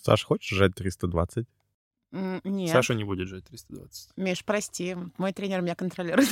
Саша, хочешь жать 320? Нет. Саша не будет жать 320. Миш, прости, мой тренер меня контролирует.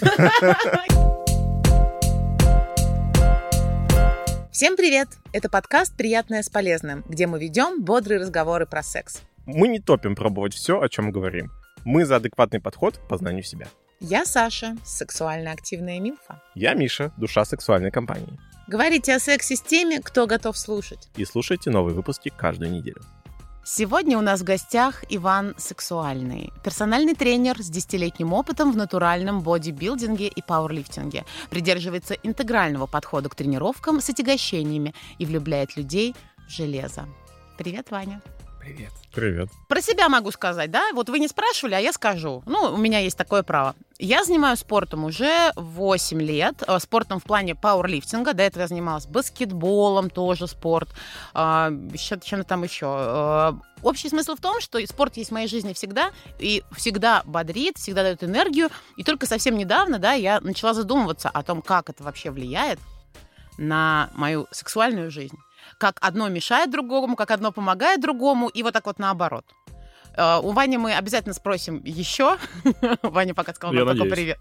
Всем привет! Это подкаст «Приятное с полезным», где мы ведем бодрые разговоры про секс. Мы не топим пробовать все, о чем говорим. Мы за адекватный подход к познанию себя. Я Саша, сексуально активная милфа. Я Миша, душа сексуальной компании. Говорите о сексе с теми, кто готов слушать. И слушайте новые выпуски каждую неделю. Сегодня у нас в гостях Иван Сексуальный, персональный тренер с 10-летним опытом в натуральном бодибилдинге и пауэрлифтинге, придерживается интегрального подхода к тренировкам с отягощениями и влюбляет людей в железо. Привет, Ваня. Привет. Привет. Про себя могу сказать, да? Вот вы не спрашивали, а я скажу. У меня есть такое право. Я занимаюсь спортом уже 8 лет. Спортом в плане пауэрлифтинга. До этого я занималась баскетболом, тоже спорт. Чем-то там еще. Общий смысл в том, что спорт есть в моей жизни всегда. И всегда бодрит, всегда дает энергию. И только совсем недавно, да, я начала задумываться о том, как это вообще влияет на мою сексуальную жизнь. Как одно мешает другому, как одно помогает другому, и вот так вот наоборот. У Вани мы обязательно спросим еще. Ваня пока сказал нам только привет.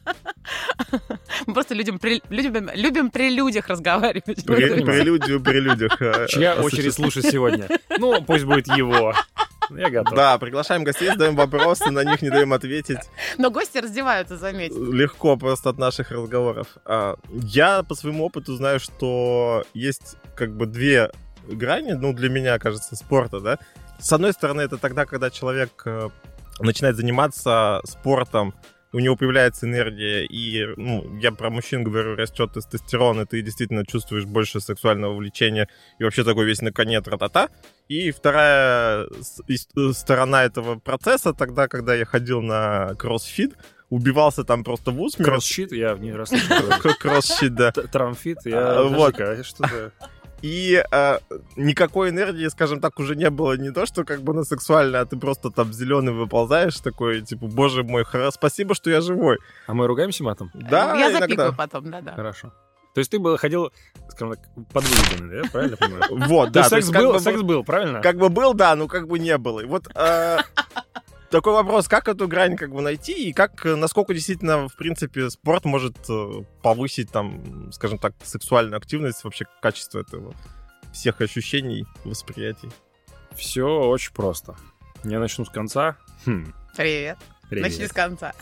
Мы просто любим при людях разговаривать. Прелюдию при людях. Чья очередь слушать сегодня? Пусть будет его. Я готов. Да, приглашаем гостей, задаем вопросы, на них не даем ответить. Но гости раздеваются, заметьте. Легко просто от наших разговоров. Я по своему опыту знаю, что есть как бы две грани, для меня, кажется, спорта, да. С одной стороны, это тогда, когда человек начинает заниматься спортом, у него появляется энергия, и, я про мужчин говорю, растет тестостерон, и ты действительно чувствуешь больше сексуального влечения, и вообще такой весь на коне тра-та-та. И вторая сторона этого процесса, тогда, когда я ходил на кроссфит, убивался там просто в усмерть. Кроссфит? Я не раз слышал. Кроссфит, да. Трамфит? Я что-то... И никакой энергии, скажем так, уже не было не то, что как бы на сексуально, а ты просто там зеленый выползаешь такой, типа, боже мой, спасибо, что я живой. А мы ругаемся матом? Да, я иногда. запикаю потом, да. Хорошо. То есть ты ходил, скажем так, подвыеденный, да? Правильно понимаю? Вот, да. Секс был, правильно? Как бы был, да, но как бы не было. И вот такой вопрос, как эту грань как бы найти, и насколько действительно, в принципе, спорт может повысить, там, скажем так, сексуальную активность, вообще качество этого, всех ощущений, восприятий. Все очень просто. Я начну с конца. Привет. Начни с конца.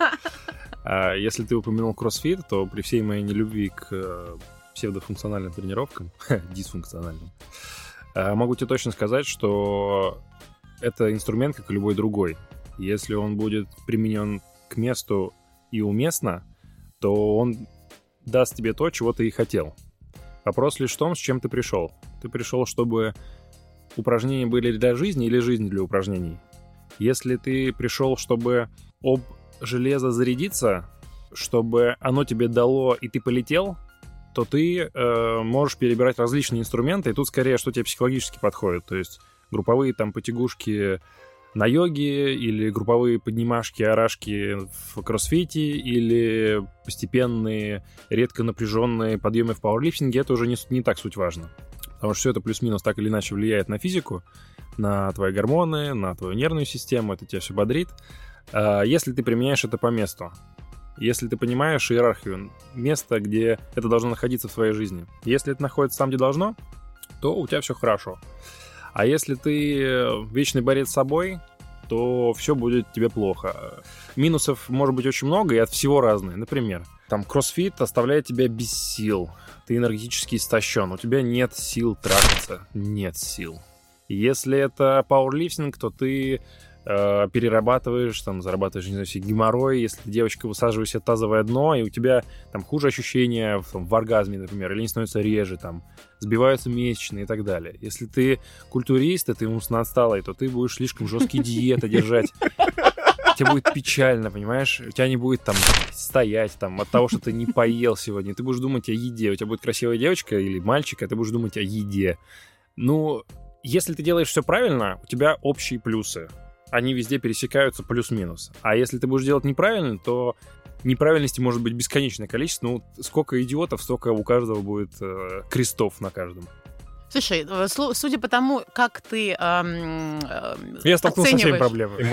Если ты упомянул кроссфит, то при всей моей нелюбви к псевдофункциональным тренировкам, дисфункциональным, могу тебе точно сказать, что это инструмент, как и любой другой. Если он будет применен к месту и уместно, то он даст тебе то, чего ты и хотел. Вопрос лишь в том, с чем ты пришел. Ты пришел, чтобы упражнения были для жизни или жизнь для упражнений. Если ты пришел, чтобы об железо зарядиться, чтобы оно тебе дало, и ты полетел, то ты можешь перебирать различные инструменты, и тут скорее, что тебе психологически подходит. То есть групповые там потягушки на йоге, или групповые поднимашки, орашки в кроссфите, или постепенные, редко напряженные подъемы в пауэрлифтинге, это уже не так суть важно. Потому что все это плюс-минус так или иначе влияет на физику, на твои гормоны, на твою нервную систему, это тебя все бодрит. Если ты применяешь это по месту, если ты понимаешь иерархию, место, где это должно находиться в твоей жизни. Если это находится там, где должно, то у тебя все хорошо. А если ты вечный борец с собой, то все будет тебе плохо. Минусов может быть очень много, и от всего разные. Например, там кроссфит оставляет тебя без сил. Ты энергетически истощен. У тебя нет сил трахаться. Нет сил. Если это пауэрлифтинг, то ты перерабатываешь, там, зарабатываешь, не знаю, себе геморрой. Если ты девочка, высаживаешь себе тазовое дно, и у тебя там хуже ощущения в оргазме, например, или они становятся реже, там, сбиваются месячные и так далее. Если ты культурист, и ты умственно отсталый, то ты будешь слишком жесткие диеты держать. Тебе будет печально, понимаешь? У тебя не будет там стоять там от того, что ты не поел сегодня. Ты будешь думать о еде. У тебя будет красивая девочка или мальчик, а ты будешь думать о еде. Если ты делаешь все правильно, у тебя общие плюсы. Они везде пересекаются плюс-минус. А если ты будешь делать неправильно, то неправильности может быть бесконечное количество. Сколько идиотов, столько у каждого будет крестов на каждом. Слушай, судя по тому, как ты Я столкнулся со всеми оцениваешь... проблемами.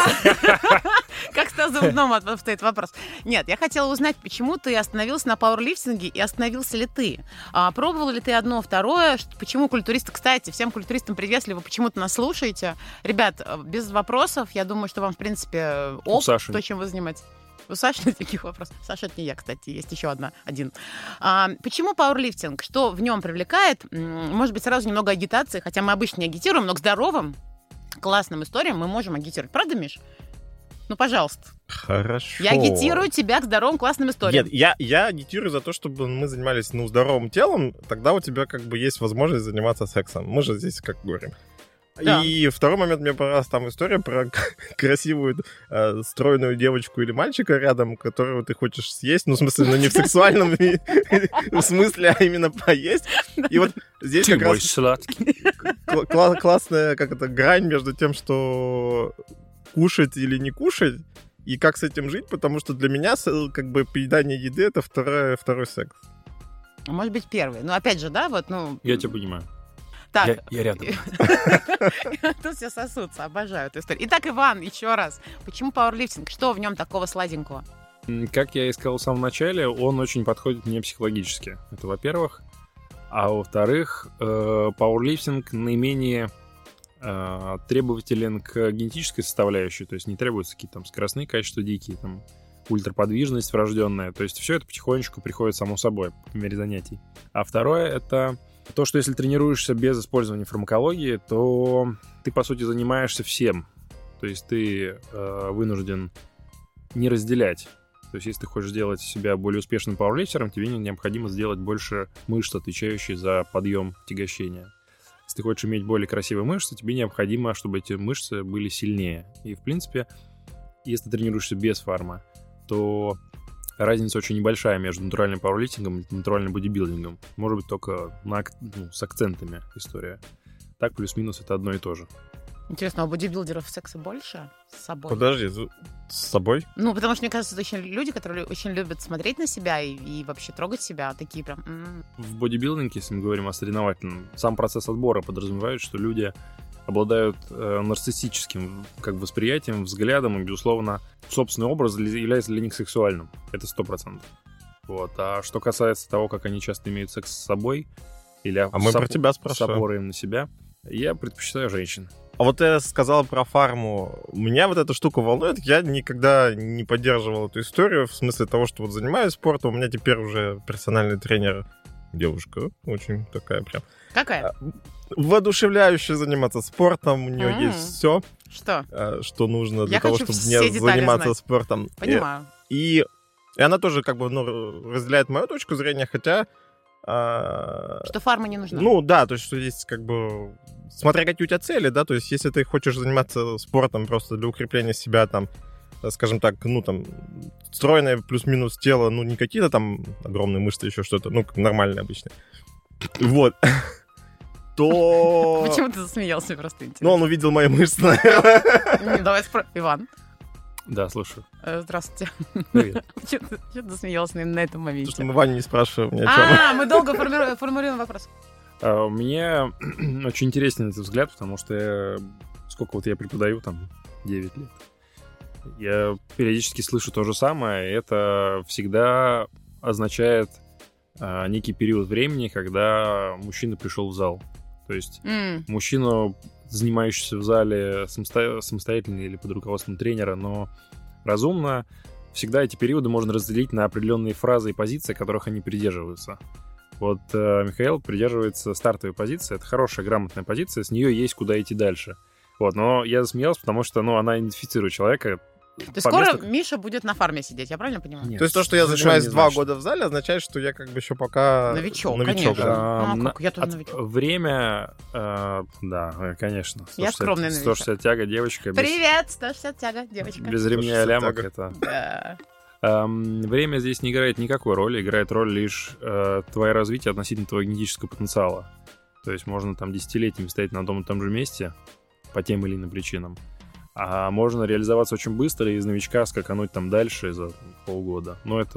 Как Стас Зубном стоит вопрос. Нет, я хотела узнать, почему ты остановился на пауэрлифтинге и остановился ли ты? Пробовал ли ты одно, второе? Почему культуристы, кстати, всем культуристам привет, если вы почему-то нас слушаете. Ребят, без вопросов, я думаю, что вам, в принципе, то, чем вы занимаетесь. У Саши таких вопросов. Саша, это не я, кстати, есть еще один. Почему пауэрлифтинг? Что в нем привлекает? Может быть, сразу немного агитации, хотя мы обычно не агитируем, но к здоровым, классным историям мы можем агитировать. Правда, Миш? Ну, пожалуйста. Хорошо. Я агитирую тебя к здоровым, классным историям. Нет, я агитирую за то, чтобы мы занимались здоровым телом, тогда у тебя как бы есть возможность заниматься сексом. Мы же здесь как говорим. Да. И второй момент, мне понравилась там история про красивую стройную девочку или мальчика рядом, которого ты хочешь съесть. Ну, в смысле, не в сексуальном смысле, а именно поесть. И вот здесь как раз классная грань между тем, что кушать или не кушать, и как с этим жить, потому что для меня как бы поедание еды — это второй секс. Может быть, первый. Но опять же, да, вот, Я тебя понимаю. Так. Я рядом. Тут все сосутся, обожаю эту историю. Итак, Иван, еще раз. Почему пауэрлифтинг? Что в нем такого сладенького? Как я и сказал в самом начале, он очень подходит мне психологически. Это во-первых. А во-вторых, пауэрлифтинг наименее требователен к генетической составляющей. То есть не требуются какие-то там скоростные качества дикие, там ультраподвижность врожденная. То есть все это потихонечку приходит само собой по мере занятий. А второе — это то, что если тренируешься без использования фармакологии, то ты, по сути, занимаешься всем. То есть ты вынужден не разделять. То есть если ты хочешь сделать себя более успешным пауэрлифтером, тебе необходимо сделать больше мышц, отвечающих за подъем тягощения. Если ты хочешь иметь более красивые мышцы, тебе необходимо, чтобы эти мышцы были сильнее. И, в принципе, если ты тренируешься без фарма, то разница очень небольшая между натуральным пауэрлифтингом и натуральным бодибилдингом. Может быть, только с акцентами история. Так, плюс-минус, это одно и то же. Интересно, а у бодибилдеров секса больше с собой? Подожди, с собой? Ну, потому что, мне кажется, это очень люди, которые очень любят смотреть на себя и вообще трогать себя, такие прям... В бодибилдинге, если мы говорим о соревновательном, сам процесс отбора подразумевает, что люди обладают нарциссическим восприятием, взглядом, и, безусловно, собственный образ является для них сексуальным. Это 100%. Вот. А что касается того, как они часто имеют секс с собой, или мы про тебя спрашиваем. С опорой на себя, я предпочитаю женщин. А вот я сказал про фарму. Меня вот эта штука волнует. Я никогда не поддерживал эту историю в смысле того, что вот занимаюсь спортом. У меня теперь уже персональный тренер девушка. Очень такая прям... Какая? Воодушевляющая заниматься спортом. У нее есть все, что нужно для того, чтобы мне заниматься спортом. Понимаю. И она тоже разделяет мою точку зрения, хотя... Что фарма не нужна. Ну да, то есть что здесь смотря какие у тебя цели, да, то есть если ты хочешь заниматься спортом просто для укрепления себя, там, скажем так, стройное плюс-минус тело, не какие-то там огромные мышцы, еще что-то, нормальные обычные. Вот. То... Почему ты засмеялся, просто интересно? Он увидел мои мышцы, наверное. Давай Иван. Да, слушаю. Здравствуйте. Привет. Что ты засмеялся на этом моменте? Потому что мы Ваню не спрашиваем ни о чем. Мы долго формулируем вопрос. Мне очень интересен этот взгляд, потому что сколько я преподаю, 9 лет. Я периодически слышу то же самое, и это всегда означает некий период времени, когда мужчина пришел в зал. То есть мужчина, занимающийся в зале самостоятельно или под руководством тренера, но разумно, всегда эти периоды можно разделить на определенные фразы и позиции, которых они придерживаются. Вот Михаил придерживается стартовой позиции. Это хорошая, грамотная позиция, с нее есть куда идти дальше. Вот, но я засмеялся, потому что она идентифицирует человека. То есть скоро Миша будет на фарме сидеть, я правильно понимаю? Нет, то есть то, что я занимаюсь 2 года в зале, означает, что я еще пока... Новичок, конечно. Да. Я тоже новичок. Время, да, конечно. 160, я скромный новичок. 160 тяга, девочка. Привет, 160 тяга, девочка. Без ремня и лямок это... Да. Время здесь не играет никакой роли, играет роль лишь твое развитие относительно твоего генетического потенциала. То есть можно десятилетиями стоять на одном и том же месте по тем или иным причинам. А можно реализоваться очень быстро и из новичка скакануть дальше за полгода. Но это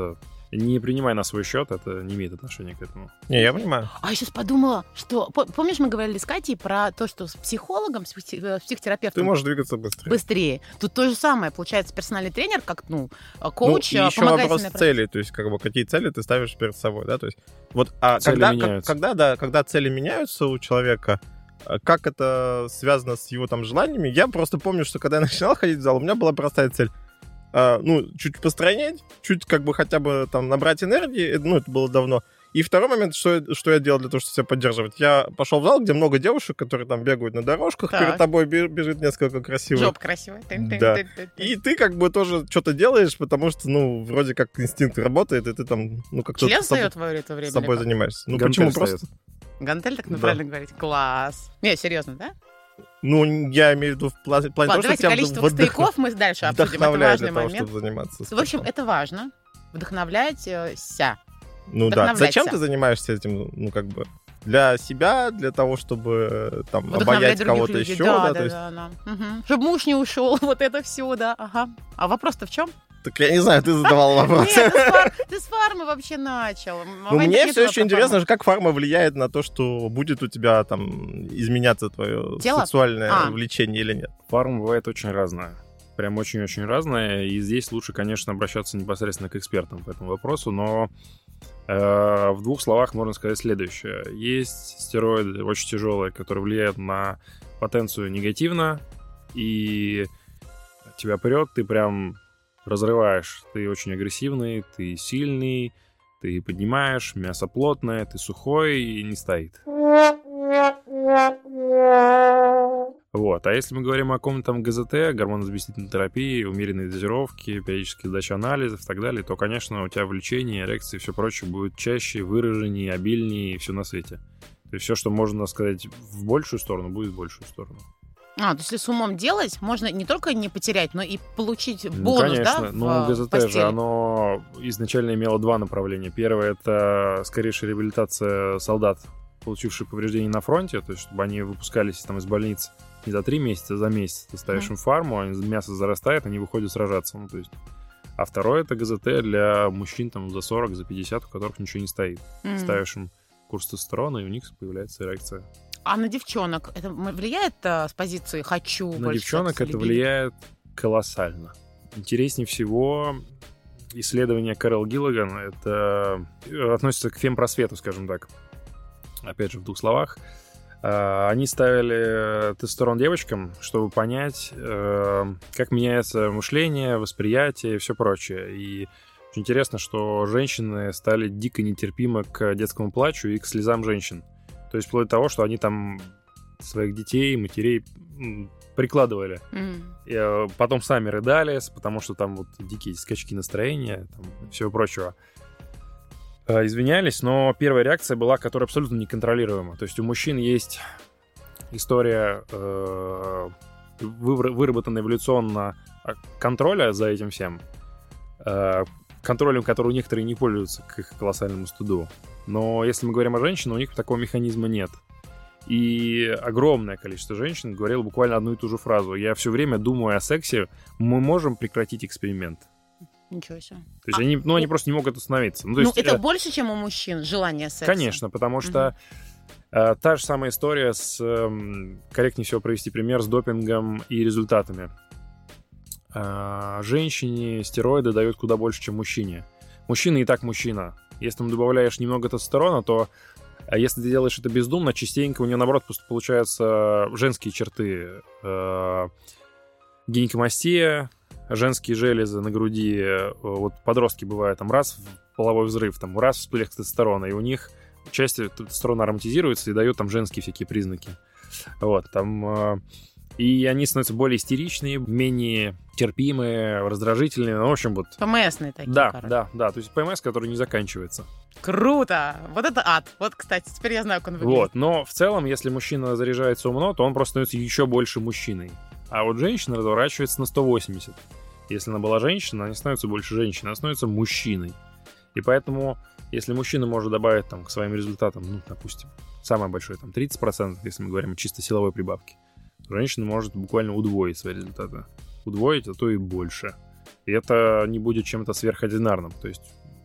Не принимай на свой счет, это не имеет отношения к этому. Не, я понимаю. А я сейчас подумала, что... Помнишь, мы говорили с Катей про то, что с психологом, с психотерапевтом... Ты можешь двигаться быстрее. Быстрее. Тут то же самое. Получается, персональный тренер, как, коуч, И еще помогает вопрос себе целей, то есть, какие цели ты ставишь перед собой, да, то есть, вот, Цели меняются. когда цели меняются у человека, как это связано с его там желаниями, я просто помню, что когда я начинал ходить в зал, у меня была простая цель. Чуть постройнеть, чуть хотя бы там набрать энергии, это было давно. И второй момент, что я делал для того, чтобы себя поддерживать. Я пошел в зал, где много девушек, которые там бегают на дорожках, Так. перед тобой бежит несколько красивых. Жоп красивый. Да. И ты тоже что-то делаешь, потому что, вроде как инстинкт работает, и ты там, как-то Член встает в это время? с собой или как? занимаешься. Гантель Почему встает. просто? Гантель, так Да. правильно говорить? Класс. Не, серьезно, да? Я имею в виду в плане того, Ладно, что давайте тебя количество стояков мы дальше обсудим. Это вдохновляет важный для того, момент. чтобы заниматься В общем, спортом. это важно. Вдохновлять ся. Да. вдохновлять Зачем себя. ты занимаешься этим, для себя, для того, чтобы там Вдохновлять обаять других кого-то людей. еще, Да. то есть. Мгм. Чтобы муж не ушел, вот это все, да. Ага. А вопрос-то в чем? Так я не знаю, ты задавал вопрос. Нет, ты с фармы вообще начал. Мне все еще интересно, как фарма влияет на то, что будет у тебя там изменяться твое Тело? сексуальное влечение или нет. Фарма бывает очень разная. Прям очень-очень разная. И здесь лучше, конечно, обращаться непосредственно к экспертам по этому вопросу. Но в двух словах можно сказать следующее. Есть стероиды очень тяжелые, которые влияют на потенцию негативно. И тебя прет, ты прям разрываешь. Ты очень агрессивный, ты сильный, ты поднимаешь, мясо плотное, ты сухой и не стоит. Вот. А если мы говорим о каком-то там ГЗТ, гормонозаместительной терапии, умеренной дозировки, периодической сдачи анализов и так далее, то, конечно, у тебя влечение, эрекции и все прочее будет чаще, выраженнее, обильнее и все на свете. То есть все, что можно сказать в большую сторону, будет в большую сторону. То есть если с умом делать, можно не только не потерять, но и получить бонус, конечно. да, в ГЗТ постели. же, оно изначально имело два направления. Первое — это скорейшая реабилитация солдат, получивших повреждения на фронте, то есть чтобы они выпускались там из больниц не за 3 месяца, а за месяц. Ты ставишь им фарму, мясо зарастает, они выходят сражаться. То есть. А второе — это ГЗТ для мужчин там за 40, за 50, у которых ничего не стоит. Ставишь им курс тестостерона, и у них появляется эрекция. А на девчонок это влияет с позиции «хочу» На больше девчонок секса, это любви? влияет колоссально. Интереснее всего исследование Кэрол Гиллиган. Это относится к фемпросвету, скажем так. Опять же, в двух словах. Они ставили тестостерон девочкам, чтобы понять, как меняется мышление, восприятие и все прочее. И очень интересно, что женщины стали дико нетерпимы к детскому плачу и к слезам женщин. То есть вплоть до того, что они там своих детей, матерей прикладывали. И потом сами рыдали, потому что там вот дикие скачки настроения и всего прочего. Извинялись, но первая реакция была, которая абсолютно неконтролируема. То есть у мужчин есть история выработанная эволюционно контроля за этим всем, контролем, который некоторые не пользуются к их колоссальному стыду. Но если мы говорим о женщинах, у них такого механизма нет. И огромное количество женщин говорило буквально одну и ту же фразу. Я все время думаю о сексе, мы можем прекратить эксперимент. Ничего себе. То есть они просто не могут остановиться. То есть, это больше, чем у мужчин, желание секса? Конечно, потому что та же самая история с... корректнее всего провести пример с допингом и результатами. Женщине стероиды дают куда больше, чем мужчине. Мужчина и так мужчина. Если ему добавляешь немного тестостерона, то если ты делаешь это бездумно, частенько у него, наоборот, получаются женские черты. Гинекомастия, женские железы на груди. Вот подростки бывают, там раз половой взрыв, там раз всплеск тестостерона, и у них часть тестостерона ароматизируется и дает там женские всякие признаки. Вот, там... И они становятся более истеричные, менее терпимые, раздражительные. Ну, в общем, вот... ПМСные такие, Да. То есть ПМС, который не заканчивается. Круто! Вот это ад. Вот, кстати, теперь я знаю, как он выглядит. Вот, но в целом, если мужчина заряжается умно, то он просто становится еще больше мужчиной. А вот женщина разворачивается на 180. Если она была женщина, она не становится больше женщиной, она становится мужчиной. И поэтому, если мужчина может добавить там, к своим результатам, ну, допустим, самое большое, там, 30%, если мы говорим о чисто силовой прибавке, женщина может буквально удвоить свои результаты. Удвоить, а то и больше. И это не будет чем-то сверхординарным. То есть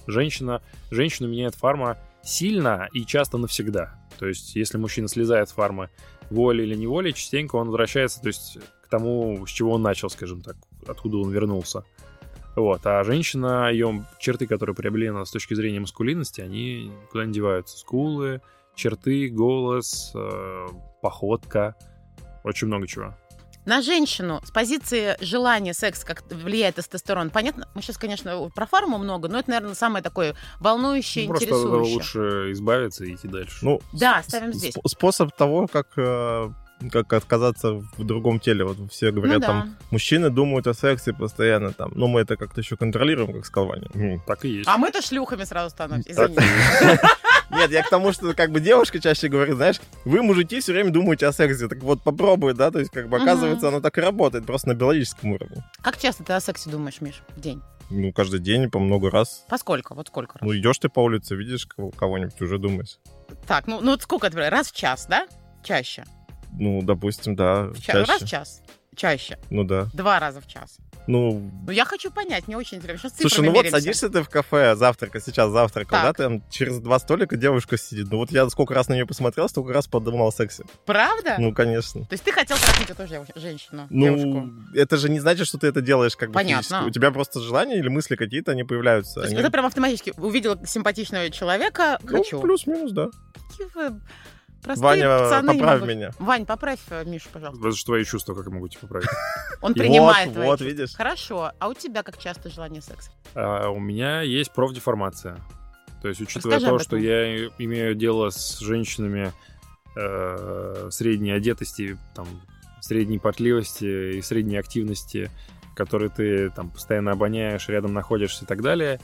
Женщину меняет фарма сильно и часто навсегда. То есть, если мужчина слезает с фармы волей или неволей, частенько он возвращается, то есть, к тому, с чего он начал, скажем так, откуда он вернулся. Вот. А женщина, ее черты, которые приобрели она с точки зрения маскулинности, они никуда не деваются. Скулы, черты, голос, походка, очень много чего. На женщину с позиции желания секса как влияет тестостерон, понятно? Мы сейчас, конечно, про фарму много, но это, наверное, самое такое волнующее, интересующее. Просто лучше избавиться и идти дальше. Ну, да, ставим здесь. Способ того, как отказаться в другом теле. Вот все говорят, там, мужчины думают о сексе постоянно, там, но мы это как-то еще контролируем, как сказал Ваня. Так и есть. А мы-то шлюхами сразу становимся, извини. Нет, я к тому, что как бы девушка чаще говорит, знаешь, вы, мужики, все время думаете о сексе, так вот попробуй, да, то есть как бы оказывается, оно так и работает, просто на биологическом уровне. Как часто ты о сексе думаешь, Миш, в день? Ну, каждый день, по много раз. По сколько? Вот сколько раз? Ну, идешь ты по улице, видишь кого-нибудь, уже думаешь. Так, ну вот сколько это? Раз в час, да? Чаще? Ну, допустим, да, чаще. Раз в час? Чаще? Ну, да. 2 раза в час? Ну, я хочу понять, мне очень интересно. Сейчас слушай, ну вот садишься ты в кафе сейчас завтракал, да, там через 2 столика девушка сидит. Ну вот я сколько раз на нее посмотрел, столько раз подумал о сексе. Правда? Ну, конечно. То есть ты хотел трахнуть эту женщину, ну, девушку? Это же не значит, что ты это делаешь как бы понятно. Физически. У тебя просто желания или мысли какие-то, они появляются. То есть это прям автоматически увидел симпатичного человека, хочу. Ну, плюс-минус, да. Какие вы... Простые Ваня, пацаны поправь меня. Вань, поправь Мишу, пожалуйста. Это же твои чувства, как я могу тебя поправить? Он принимает твои вот, чувства. видишь. Хорошо. А у тебя как часто желание секса? У меня есть профдеформация. То есть, учитывая то, что я имею дело с женщинами средней одетости, там, средней потливости и средней активности, которые ты там постоянно обоняешь, рядом находишься и так далее,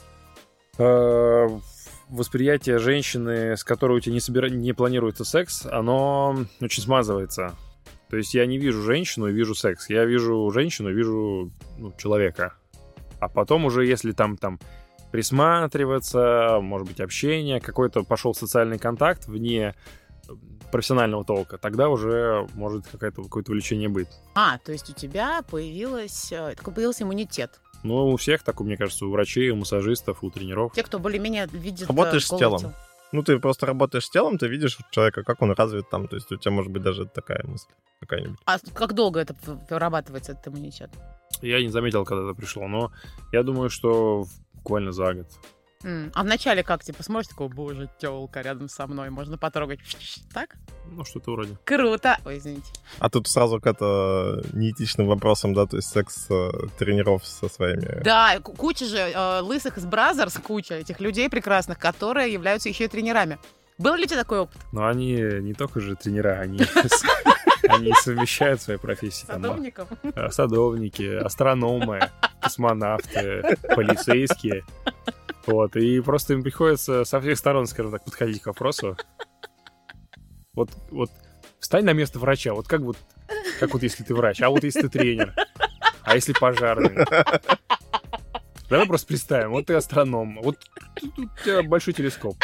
восприятие женщины, с которой у тебя не планируется секс, оно очень смазывается. То есть я не вижу женщину и вижу секс. Я вижу женщину и вижу человека. А потом уже, если там присматриваться, может быть, общение, какой-то пошел социальный контакт вне профессионального толка, тогда уже может какое-то влечение быть. То есть у тебя появился иммунитет. Ну, у всех, так, мне кажется, у врачей, у массажистов, у тренеров. Те, кто более-менее видит... Работаешь с телом. Ну, ты просто работаешь с телом, ты видишь человека, как он развит там. То есть у тебя, может быть, даже такая мысль какая-нибудь. А как долго это вырабатывается, этот иммунитет? Я не заметил, когда это пришло, но я думаю, что буквально за год. А вначале как, смотришь, такой, боже, тёлка рядом со мной, можно потрогать. Так? Ну, что-то вроде. Круто. Ой, извините. А тут сразу к неэтичным вопросам, да, то есть секс тренеров со своими... Да, куча же лысых из Бразерс, куча этих людей прекрасных, которые являются еще и тренерами. Был ли у тебя такой опыт? Ну, они не только же тренера, они совмещают свои профессии. Садовников? Садовники, астрономы, космонавты, полицейские. Вот, и просто им приходится со всех сторон, скажем так, подходить к вопросу. Вот встань на место врача. Вот как если ты врач, а вот если ты тренер, а если пожарный. Давай просто представим, вот ты астроном, вот тут у тебя большой телескоп.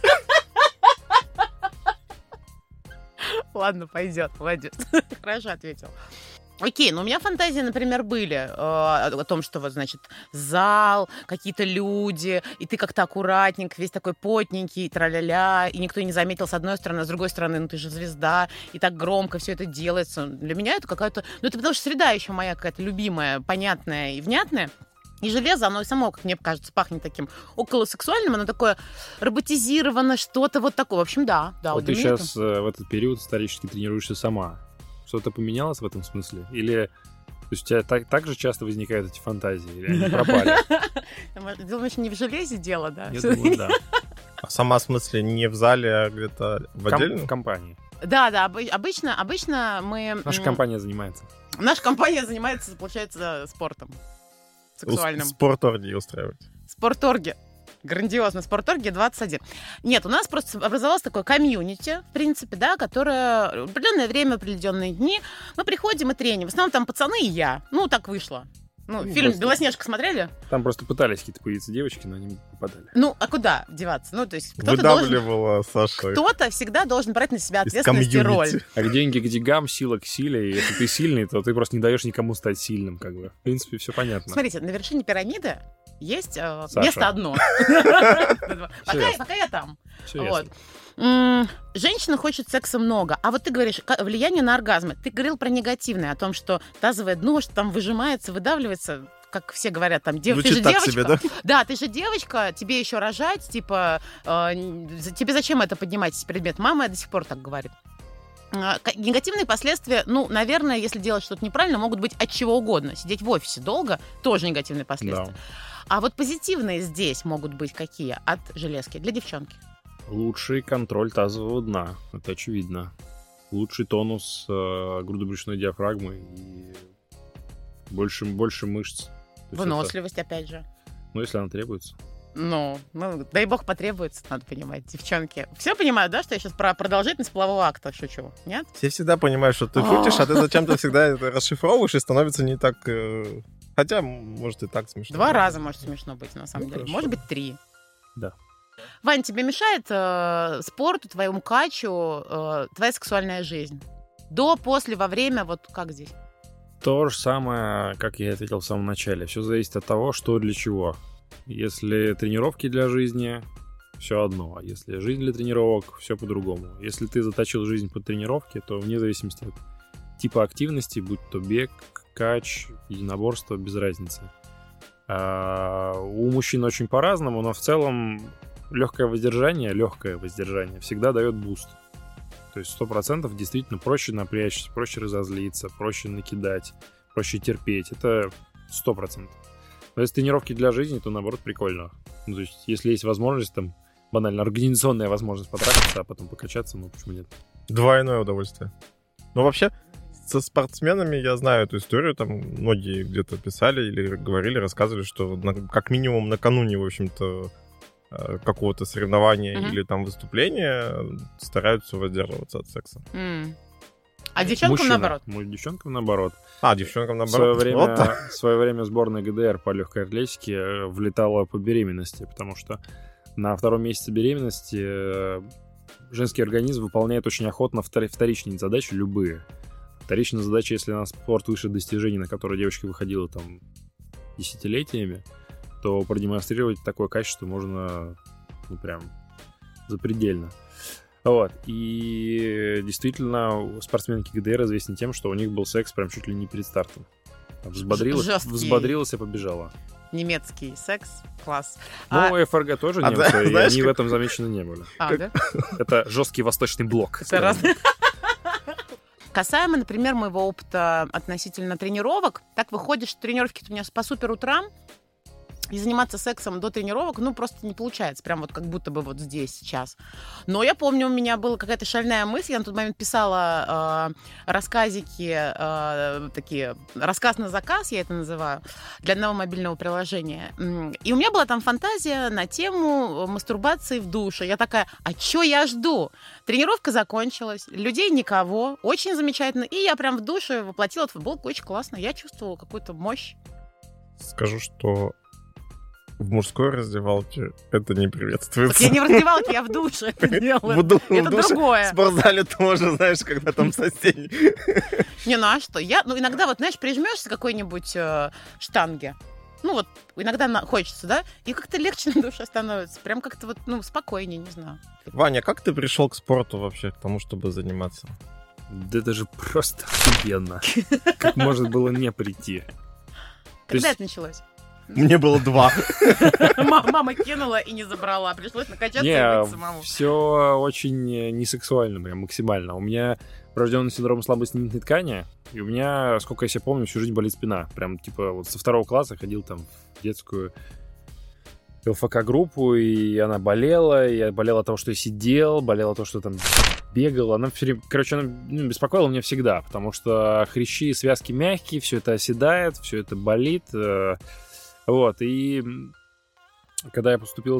Ладно, пойдет, молодец. Хорошо ответил. Окей, у меня фантазии, например, были о том, что вот, значит, зал, какие-то люди, и ты как-то аккуратненько, весь такой потненький, тра-ля-ля, и никто не заметил с одной стороны, а с другой стороны, ты же звезда, и так громко все это делается. Для меня это какая-то... это потому что среда еще моя какая-то любимая, понятная и внятная. И железо, оно само, как мне кажется, пахнет таким околосексуальным, оно такое роботизировано, что-то вот такое. В общем, да. Вот ты сейчас в этот период исторически тренируешься сама. Что-то поменялось в этом смысле? Или то есть у тебя так же часто возникают эти фантазии? Или они пропали? Думаешь, не в железе дело, да? Я думаю, да. А сама, в смысле, не в зале, а где-то в отдельном? В компании. Да, обычно мы... Наша компания занимается. Наша компания занимается, получается, спортом сексуальным. Спорторги устраивать. Спорторги. Грандиозно. Спорторги 21. Нет, у нас просто образовалось такое комьюнити, в принципе, да, которое в определенное время, определенные дни мы приходим и треним. В основном там пацаны и я. Так вышло. Фильм просто... «Белоснежка» смотрели? Там просто пытались какие-то появиться девочки, но они не попадали. А куда деваться? То есть кто-то выдавливала Саша. Кто-то всегда должен брать на себя ответственность и роль. А деньги к деньгам, сила к силе. И если ты сильный, то ты просто не даешь никому стать сильным, как бы. В принципе, все понятно. Смотрите, на вершине пирамиды Есть место одно. Пока я там. Вот. Женщина хочет секса много, а вот ты говоришь, влияние на оргазмы. Ты говорил про негативное, о том, что тазовое дно, что там выжимается, выдавливается, как все говорят, там, ты же девочка. Себе, да? Да, ты же девочка, тебе еще рожать, типа, тебе зачем это поднимать, предмет? Мама до сих пор так говорит. Негативные последствия, ну, наверное, если делать что-то неправильно, могут быть от чего угодно. Сидеть в офисе долго — тоже негативные последствия. Да. А вот позитивные здесь могут быть какие от железки для девчонки? Лучший контроль тазового дна, это очевидно. Лучший тонус грудобрюшной диафрагмы и больше мышц. Выносливость, опять же. Ну, если она требуется. Ну, дай бог потребуется, надо понимать, девчонки. Все понимают, да, что я сейчас про продолжительность полового акта шучу, нет? Все всегда понимают, что ты шутишь, а ты зачем-то всегда это расшифровываешь, и становится не так... Хотя, может, и так смешно. 2 раза может смешно быть, на самом деле. Хорошо. Может быть, 3. Да. Вань, тебе мешает спорту, твоему качу, твоя сексуальная жизнь? До, после, во время, вот как здесь? То же самое, как я ответил в самом начале. Все зависит от того, что для чего. Если тренировки для жизни, все одно. А если жизнь для тренировок, все по-другому. Если ты заточил жизнь под тренировки, то вне зависимости от типа активности, будь то бег, кач, единоборство, без разницы. У мужчин очень по-разному, но в целом легкое воздержание всегда дает буст. То есть 100% действительно проще напрячься, проще разозлиться, проще накидать, проще терпеть. Это 100%. Но если тренировки для жизни, то наоборот прикольно. Ну, то есть если есть возможность, там, банально организационная возможность потрахаться, а потом покачаться, ну почему нет? Двойное удовольствие. Ну вообще, со спортсменами я знаю эту историю, там многие где-то писали или говорили, рассказывали, что как минимум накануне, в общем-то, какого-то соревнования или там выступления стараются воздерживаться от секса. А девчонкам наоборот? Девчонкам наоборот. Девчонкам наоборот. В свое время сборная ГДР по легкой атлетике влетала по беременности, потому что на 2-м месяце беременности женский организм выполняет очень охотно вторичные задачи, любые. Вторичная задача, если на спорт выше достижений, на которые девочка выходила там десятилетиями, то продемонстрировать такое качество можно, ну, прям запредельно. Вот. И действительно, спортсменки ГДР известны тем, что у них был секс прям чуть ли не перед стартом. Взбодрилась и побежала. Немецкий секс, класс. Ну, ФРГ тоже немцы, и они в этом замечены не были. Да? Это жесткий восточный блок. Касаемо, например, моего опыта относительно тренировок, так выходит, что тренировки у меня по супер утрам, и заниматься сексом до тренировок, ну, просто не получается. Прям вот как будто бы вот здесь, сейчас. Но я помню, у меня была какая-то шальная мысль. Я на тот момент писала рассказики, такие, рассказ на заказ, я это называю, для одного мобильного приложения. И у меня была там фантазия на тему мастурбации в душе. Я такая, а чё я жду? Тренировка закончилась, людей никого, очень замечательно. И я прям в душе воплотила футболку, очень классно. Я чувствовала какую-то мощь. Скажу, что в мужской раздевалке это не приветствуется. Так я не в раздевалке, я в душе это делаю. Это другое. В спортзале тоже, знаешь, когда там соседи. Не, ну а что? Иногда, вот, знаешь, прижмешься к какой-нибудь штанге. Ну вот, иногда хочется, да? И как-то легче на душе становится. Прям как-то вот, спокойнее, не знаю. Ваня, как ты пришел к спорту вообще, к тому, чтобы заниматься? Да это же просто офигенно. Как может было не прийти? Когда это началось? Мне было 2. Мама кинула и не забрала. Пришлось накачаться и выйти самому. Все очень несексуально, прям максимально. У меня врожденный синдром слабой соединительной ткани, и у меня, сколько я себя помню, всю жизнь болит спина. Прям, типа, вот со 2 класса ходил там в детскую ЛФК-группу, и она болела. Я болел от того, что я сидел, болел от того, что там бегал. Она все время, она беспокоила меня всегда, потому что хрящи, связки мягкие, все это оседает, все это болит. Вот, и когда я поступил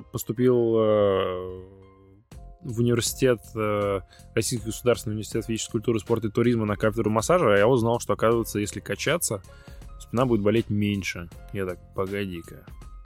в университет, Российский государственный университет физической культуры, спорта и туризма на кафедру массажа, я узнал, что, оказывается, если качаться, спина будет болеть меньше. Я так, погоди-ка.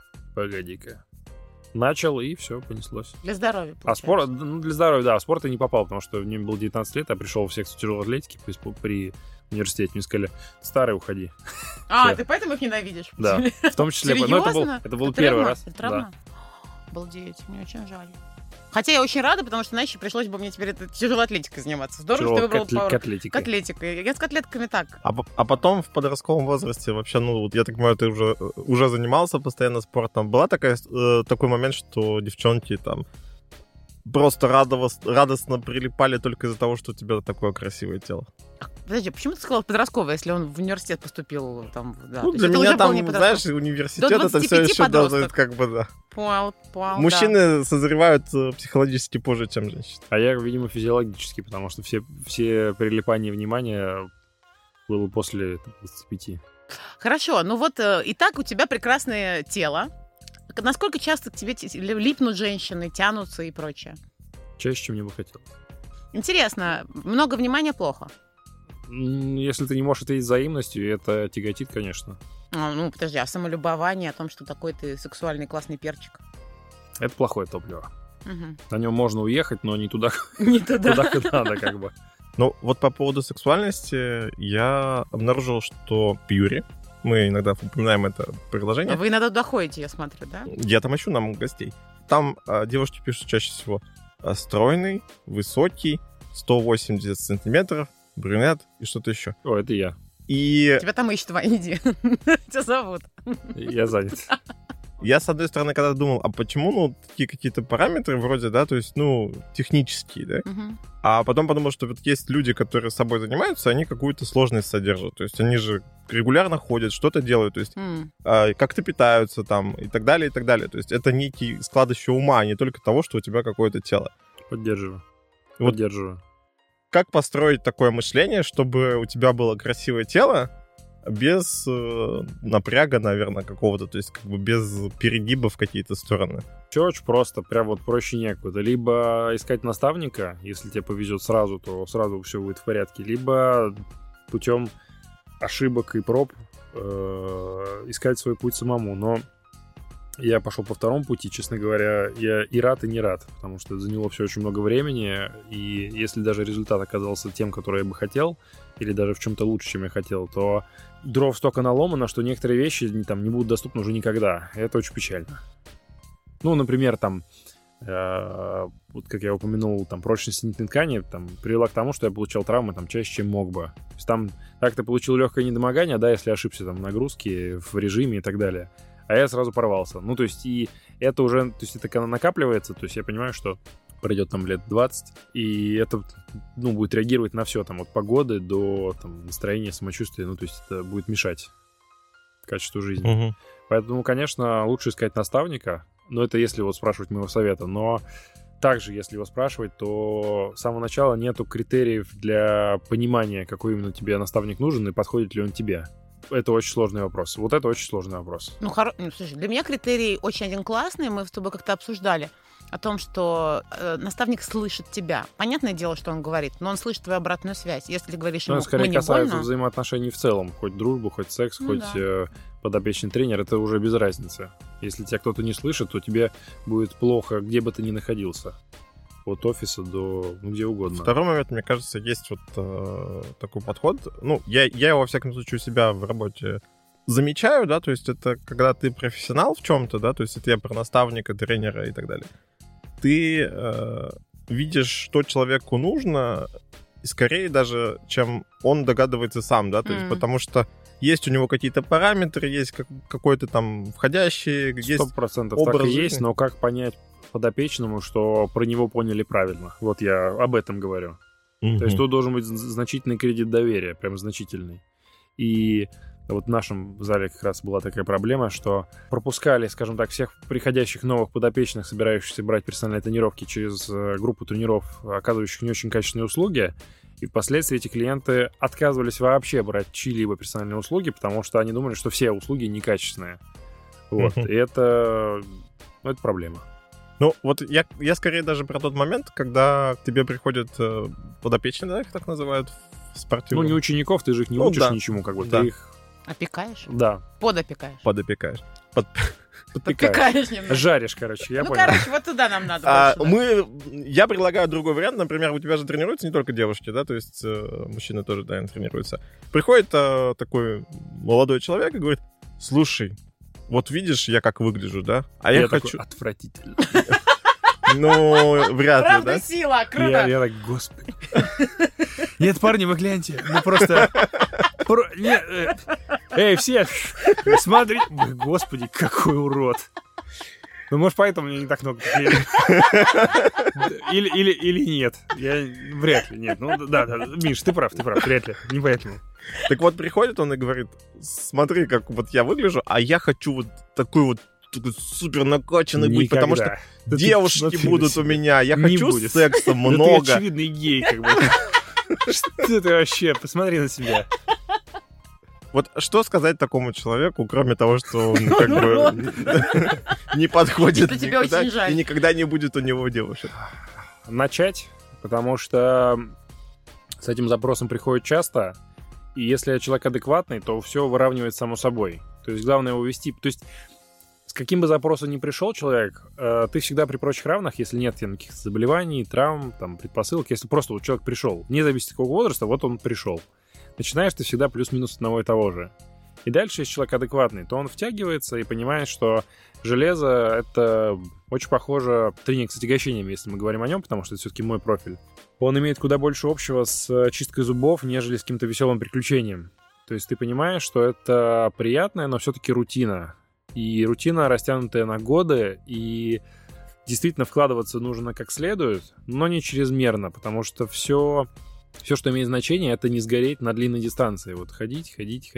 Начал, и все, понеслось. Для здоровья, получается. Для здоровья, да. В спорт я не попал, потому что мне было 19 лет, я пришел в секцию тяжелой атлетики при университете. Мне сказали, старый, уходи. Все. ты поэтому их ненавидишь? Да, в том числе. Но Серьезно? это был первый раз. Это травма? Обалдеть, мне очень жаль. Хотя я очень рада, потому что, иначе пришлось бы мне теперь тяжелой атлетикой заниматься. Здорово, что ты выбрал котлетикой. Я с котлетками так. А потом в подростковом возрасте вообще, ну, вот я так понимаю, ты уже занимался постоянно спортом. Была такой момент, что девчонки там просто радостно прилипали только из-за того, что у тебя такое красивое тело? Подожди, почему ты сказал подростковый, если он в университет поступил? Там, да. Ну, для меня там, знаешь, университет это все еще как бы, да. Понял, Мужчины созревают психологически позже, чем женщины. А я, видимо, физиологически, потому что все прилипания внимания было после 25. Хорошо, ну вот и так у тебя прекрасное тело. Насколько часто к тебе липнут женщины, тянутся и прочее? Чаще, чем мне бы хотелось. Интересно, много внимания плохо? Если ты не можешь ответить взаимностью, это тяготит, конечно. Ну, подожди, а самолюбование о том, что такой ты сексуальный классный перчик? Это плохое топливо. Угу. На нем можно уехать, но не туда, куда надо, как бы. Ну, вот по поводу сексуальности я обнаружил, что в Пьюре, мы иногда упоминаем это приложение. Вы иногда доходите, я смотрю, да? Я там ищу нам гостей. Там девушки пишут чаще всего стройный, высокий, 180 сантиметров, брюнет и что-то еще. О, это я. И... Тебя там ищут, Ваня, иди. Тебя зовут. Я занят. Я, с одной стороны, когда думал, а почему, ну, такие какие-то параметры вроде, да, то есть, ну, технические, да? Угу. А потом подумал, что вот есть люди, которые собой занимаются, они какую-то сложность содержат. То есть они же регулярно ходят, что-то делают, то есть как-то питаются там и так далее, и так далее. То есть это некий склад еще ума, а не только того, что у тебя какое-то тело. Поддерживаю. Вот Поддерживаю. Как построить такое мышление, чтобы у тебя было красивое тело, без напряга, наверное, какого-то, то есть как бы без перегиба в какие-то стороны? Все очень просто, прям вот проще некуда. Либо искать наставника, если тебе повезет сразу, то сразу все будет в порядке, либо путем ошибок и проб искать свой путь самому. Но я пошел по второму пути, честно говоря, я и рад, и не рад, потому что заняло все очень много времени, и если даже результат оказался тем, который я бы хотел, или даже в чем-то лучше, чем я хотел, то дров столько наломано, что некоторые вещи там не будут доступны уже никогда. Это очень печально. Ну, например, там, вот как я упомянул, там, прочность нитной ткани там, привела к тому, что я получал травмы там, чаще, чем мог бы. То есть там так-то получил легкое недомогание, да, если ошибся там в нагрузке, в режиме и так далее. А я сразу порвался. Ну, то есть, и это уже, то есть, это когда накапливается, то есть, я понимаю, что пройдет там лет 20, и это, ну, будет реагировать на все, там, от погоды до, там, настроения, самочувствия, ну, то есть, это будет мешать качеству жизни. Угу. Поэтому, конечно, лучше искать наставника, но это если вот спрашивать моего совета, но также, если его спрашивать, то с самого начала нету критериев для понимания, какой именно тебе наставник нужен и подходит ли он тебе. Это очень сложный вопрос. Вот это очень сложный вопрос. Ну, слушай, для меня критерий очень один классный. Мы с тобой как-то обсуждали о том, что наставник слышит тебя. Понятное дело, что он говорит, но он слышит твою обратную связь. Если ты говоришь ему, скорее мне касается больно... взаимоотношений в целом. Хоть дружбу, хоть секс, хоть подопечный тренер. Это уже без разницы. Если тебя кто-то не слышит, то тебе будет плохо, где бы ты ни находился. От офиса до где угодно. Второй момент, мне кажется, есть вот такой подход. Ну, я его, во всяком случае, у себя в работе замечаю, да, то есть это когда ты профессионал в чем-то, да, то есть это я про наставника, тренера и так далее. Ты видишь, что человеку нужно, и скорее даже, чем он догадывается сам, да, то есть потому что есть у него какие-то параметры, есть какой-то там входящий, 100% есть так и есть, но как понять подопечному, что про него поняли правильно? Вот я об этом говорю. То есть тут должен быть значительный кредит доверия, прям значительный. И вот в нашем зале как раз была такая проблема, что пропускали, скажем так, всех приходящих новых подопечных, собирающихся брать персональные тренировки через группу тренеров, оказывающих не очень качественные услуги, и впоследствии эти клиенты отказывались вообще брать чьи-либо персональные услуги, потому что они думали, что все услуги некачественные. Вот, и это проблема. Ну, вот я скорее даже про тот момент, когда к тебе приходят подопечные, да, их так называют, в спортивном. Ну, не учеников, ты же их не учишь ничему, как бы, ты их... Опекаешь? Да. Подопекаешь. Подопекаешь. Подпекаешь немного. Жаришь, короче, я понял. Короче, вот туда нам надо больше. Я предлагаю другой вариант. Например, у тебя же тренируются не только девушки, да, то есть мужчины тоже, наверное, тренируются. Приходит такой молодой человек и говорит: слушай, вот видишь, я как выгляжу, да? А я хочу... Отвратительно. Ну, вряд ли, да? Правда, сила, круто. Я так, господи. Нет, парни, вы гляньте. Ну просто... Эй, все, смотри. Господи, какой урод. Ну, может, поэтому у меня не так много клиентов. Или нет. Вряд ли, нет. Ну, да, Миш, ты прав, вряд ли. Не поэтому. Так вот, приходит он и говорит: смотри, как вот я выгляжу, а я хочу вот такой супер накачанный быть, потому что девушки будут у меня. Я хочу секса много. Ты очевидный гей, как бы. Что ты вообще? Посмотри на себя. Вот что сказать такому человеку, кроме того, что он как бы не подходит никогда и никогда не будет у него девушек? Начать, потому что с этим запросом приходит часто, и если человек адекватный, то все выравнивает само собой. То есть главное его вести. То есть с каким бы запросом ни пришел человек, ты всегда при прочих равных, если нет никаких заболеваний, травм, там, предпосылок, если просто вот человек пришел, вне зависимости от какого возраста, вот он пришел. Начинаешь ты всегда плюс-минус одного и того же. И дальше, если человек адекватный, то он втягивается и понимает, что железо — это очень похоже тренинг с отягощением, если мы говорим о нем, потому что это все-таки мой профиль. Он имеет куда больше общего с чисткой зубов, нежели с каким-то веселым приключением. То есть ты понимаешь, что это приятная, но все-таки рутина. И рутина, растянутая на годы, и действительно вкладываться нужно как следует, но не чрезмерно, потому что все, что имеет значение, это не сгореть на длинной дистанции. Вот ходить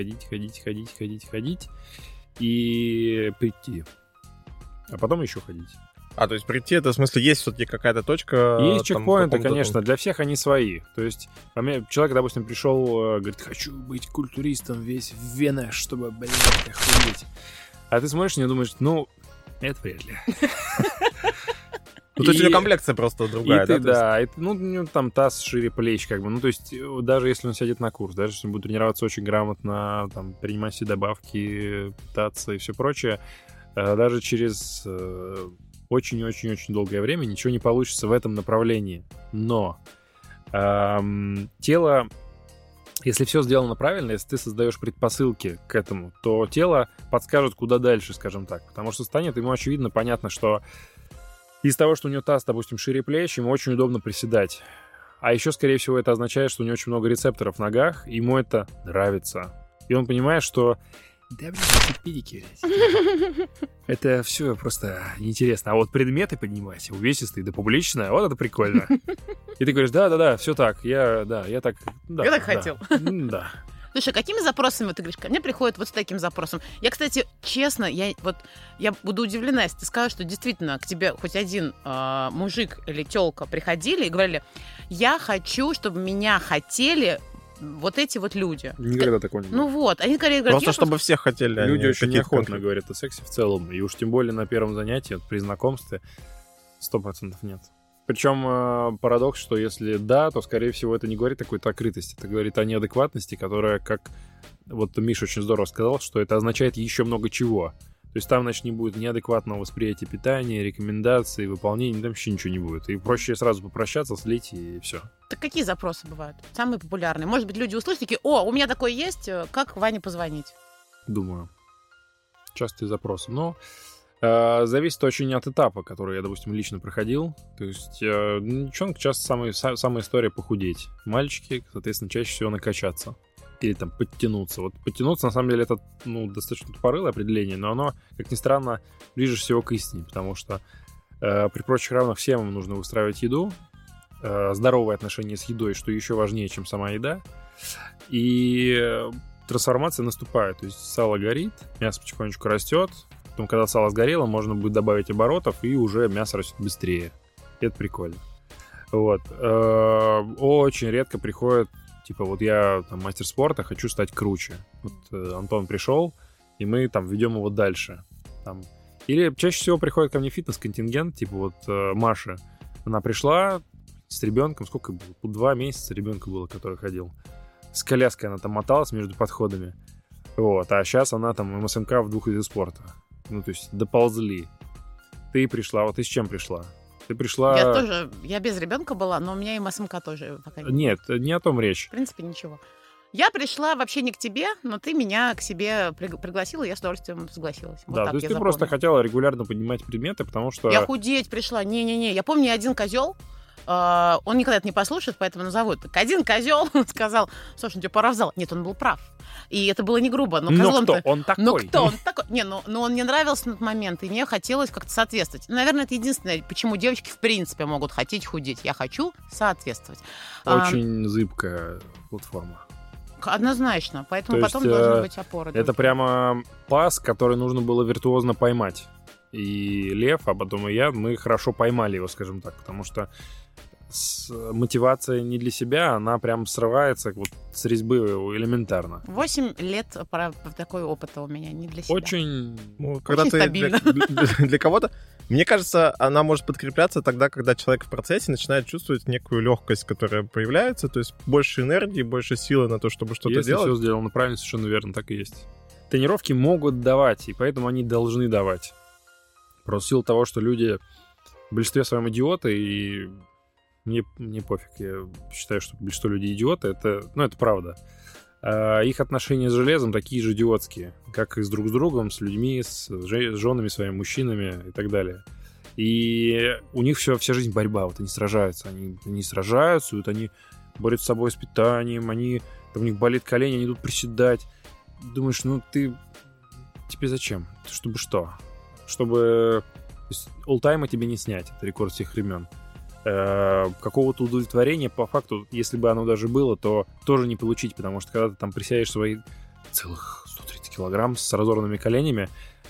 и прийти. А потом еще ходить. То есть прийти, это в смысле есть все-таки какая-то точка? Есть чекпоинты, конечно, для всех они свои. То есть человек, допустим, пришел, говорит: хочу быть культуристом весь в венах, чтобы, охуеть. А ты смотришь и думаешь: ну, это вряд ли. Ну, то есть у него комплекция просто другая, да? Да, у него там таз шире плеч, как бы. Ну, то есть даже если он сядет на курс, даже если он будет тренироваться очень грамотно, там, принимать все добавки, питаться и все прочее, даже через очень-очень-очень долгое время ничего не получится в этом направлении. Но тело, если все сделано правильно, если ты создаешь предпосылки к этому, то тело подскажет, куда дальше, скажем так. Потому что станет ему очевидно понятно, что из того, что у него таз, допустим, шире плеч, ему очень удобно приседать. А еще, скорее всего, это означает, что у него очень много рецепторов в ногах, и ему это нравится. И он понимает, что да, педики, это все просто неинтересно. А вот предметы поднимать, увесистые, да публичные, вот это прикольно. И ты говоришь: да, все так, я так хотел. Да. Слушай, какими запросами ты говоришь? Ко мне приходят вот с таким запросом. Я, кстати, честно, я буду удивлена, если ты скажешь, что действительно к тебе хоть один мужик или тёлка приходили и говорили: я хочу, чтобы меня хотели вот эти вот люди. Никогда такого не было. Ну вот, они говорят... Просто чтобы всех хотели. Люди очень неохотно говорят о сексе в целом. И уж тем более на первом занятии, при знакомстве, 100% нет. Причем парадокс, что если да, то, скорее всего, это не говорит о какой-то открытости. Это говорит о неадекватности, которая, как вот Миша очень здорово сказал, что это означает еще много чего. То есть там, значит, не будет неадекватного восприятия питания, рекомендаций, выполнения, там вообще ничего не будет. И проще сразу попрощаться, слить, и все. Так какие запросы бывают? Самые популярные. Может быть, люди услышат такие: о, у меня такое есть, как Ване позвонить? Думаю. Частые запросы. Но зависит очень от этапа, который я, допустим, лично проходил. То есть девчонка часто самая история похудеть. Мальчики, соответственно, чаще всего накачаться. Или там подтянуться. Вот подтянуться, на самом деле, это достаточно тупорылое определение, но оно, как ни странно, ближе всего к истине, потому что при прочих равных всем нужно выстраивать еду, здоровое отношение с едой, что еще важнее, чем сама еда, и трансформация наступает. То есть сало горит, мясо потихонечку растет, потом, когда сало сгорело, можно будет добавить оборотов, и уже мясо растет быстрее. Это прикольно. Вот. Очень редко приходит типа, вот я там мастер спорта, хочу стать круче. Вот Антон пришел, и мы там ведем его дальше. Там. Или чаще всего приходит ко мне фитнес-контингент, типа вот Маша. Она пришла с ребенком, сколько было? 2 месяца ребенка было, который ходил. С коляской она там моталась между подходами. Вот. А сейчас она там МСМК в 2 видах спорта. Ну, то есть доползли. Ты пришла, вот ты с чем пришла? Ты пришла... Я без ребенка была, но у меня и МСМК тоже пока не Нет, не о том речь. В принципе, ничего. Я пришла вообще не к тебе, но ты меня к себе пригласила, и я с удовольствием согласилась. Вот Да, так то есть я ты запомнила. просто хотела регулярно поднимать предметы, потому что... Я худеть пришла. Не-не-не. Я помню, один козел, он никогда это не послушает, поэтому назову это. Один козел сказал: слушай, ну тебе пора в зал. Нет, он был прав. И это было не грубо. Но кто он такой? Ну кто он такой? Не, ну он мне нравился на тот момент, и мне хотелось как-то соответствовать. Наверное, это единственное, почему девочки в принципе могут хотеть худеть. Я хочу соответствовать. Очень зыбкая платформа. Однозначно. Поэтому То потом есть, должны быть опоры. Это прямо пас, который нужно было виртуозно поймать. И Лев, а потом и я, мы хорошо поймали его, скажем так, потому что мотивация не для себя, она прям срывается вот с резьбы элементарно. 8 лет такой опыта у меня, не для себя. Очень... Ну, когда Очень ты стабильно. для кого-то... Мне кажется, она может подкрепляться тогда, когда человек в процессе начинает чувствовать некую легкость, которая появляется, то есть больше энергии, больше силы на то, чтобы что-то Если делать. все сделано правильно, совершенно верно, так и есть. Тренировки могут давать, и поэтому они должны давать. Просто в силу того, что люди в большинстве своем идиоты, и мне пофиг, я считаю, что большинство людей идиоты, это правда. А их отношения с железом такие же идиотские, как и друг с другом, с людьми, с женами своими, мужчинами и так далее. И у них вся жизнь борьба, вот они сражаются, они сражаются, вот они борются с собой с питанием, у них болит колени, они идут приседать. Думаешь, тебе зачем? Чтобы что? Чтобы оллтайма тебе не снять, это рекорд всех времен. Какого-то удовлетворения, по факту, если бы оно даже было, то тоже не получить, потому что когда ты там присядешь свои целых 130 килограмм с разорванными коленями,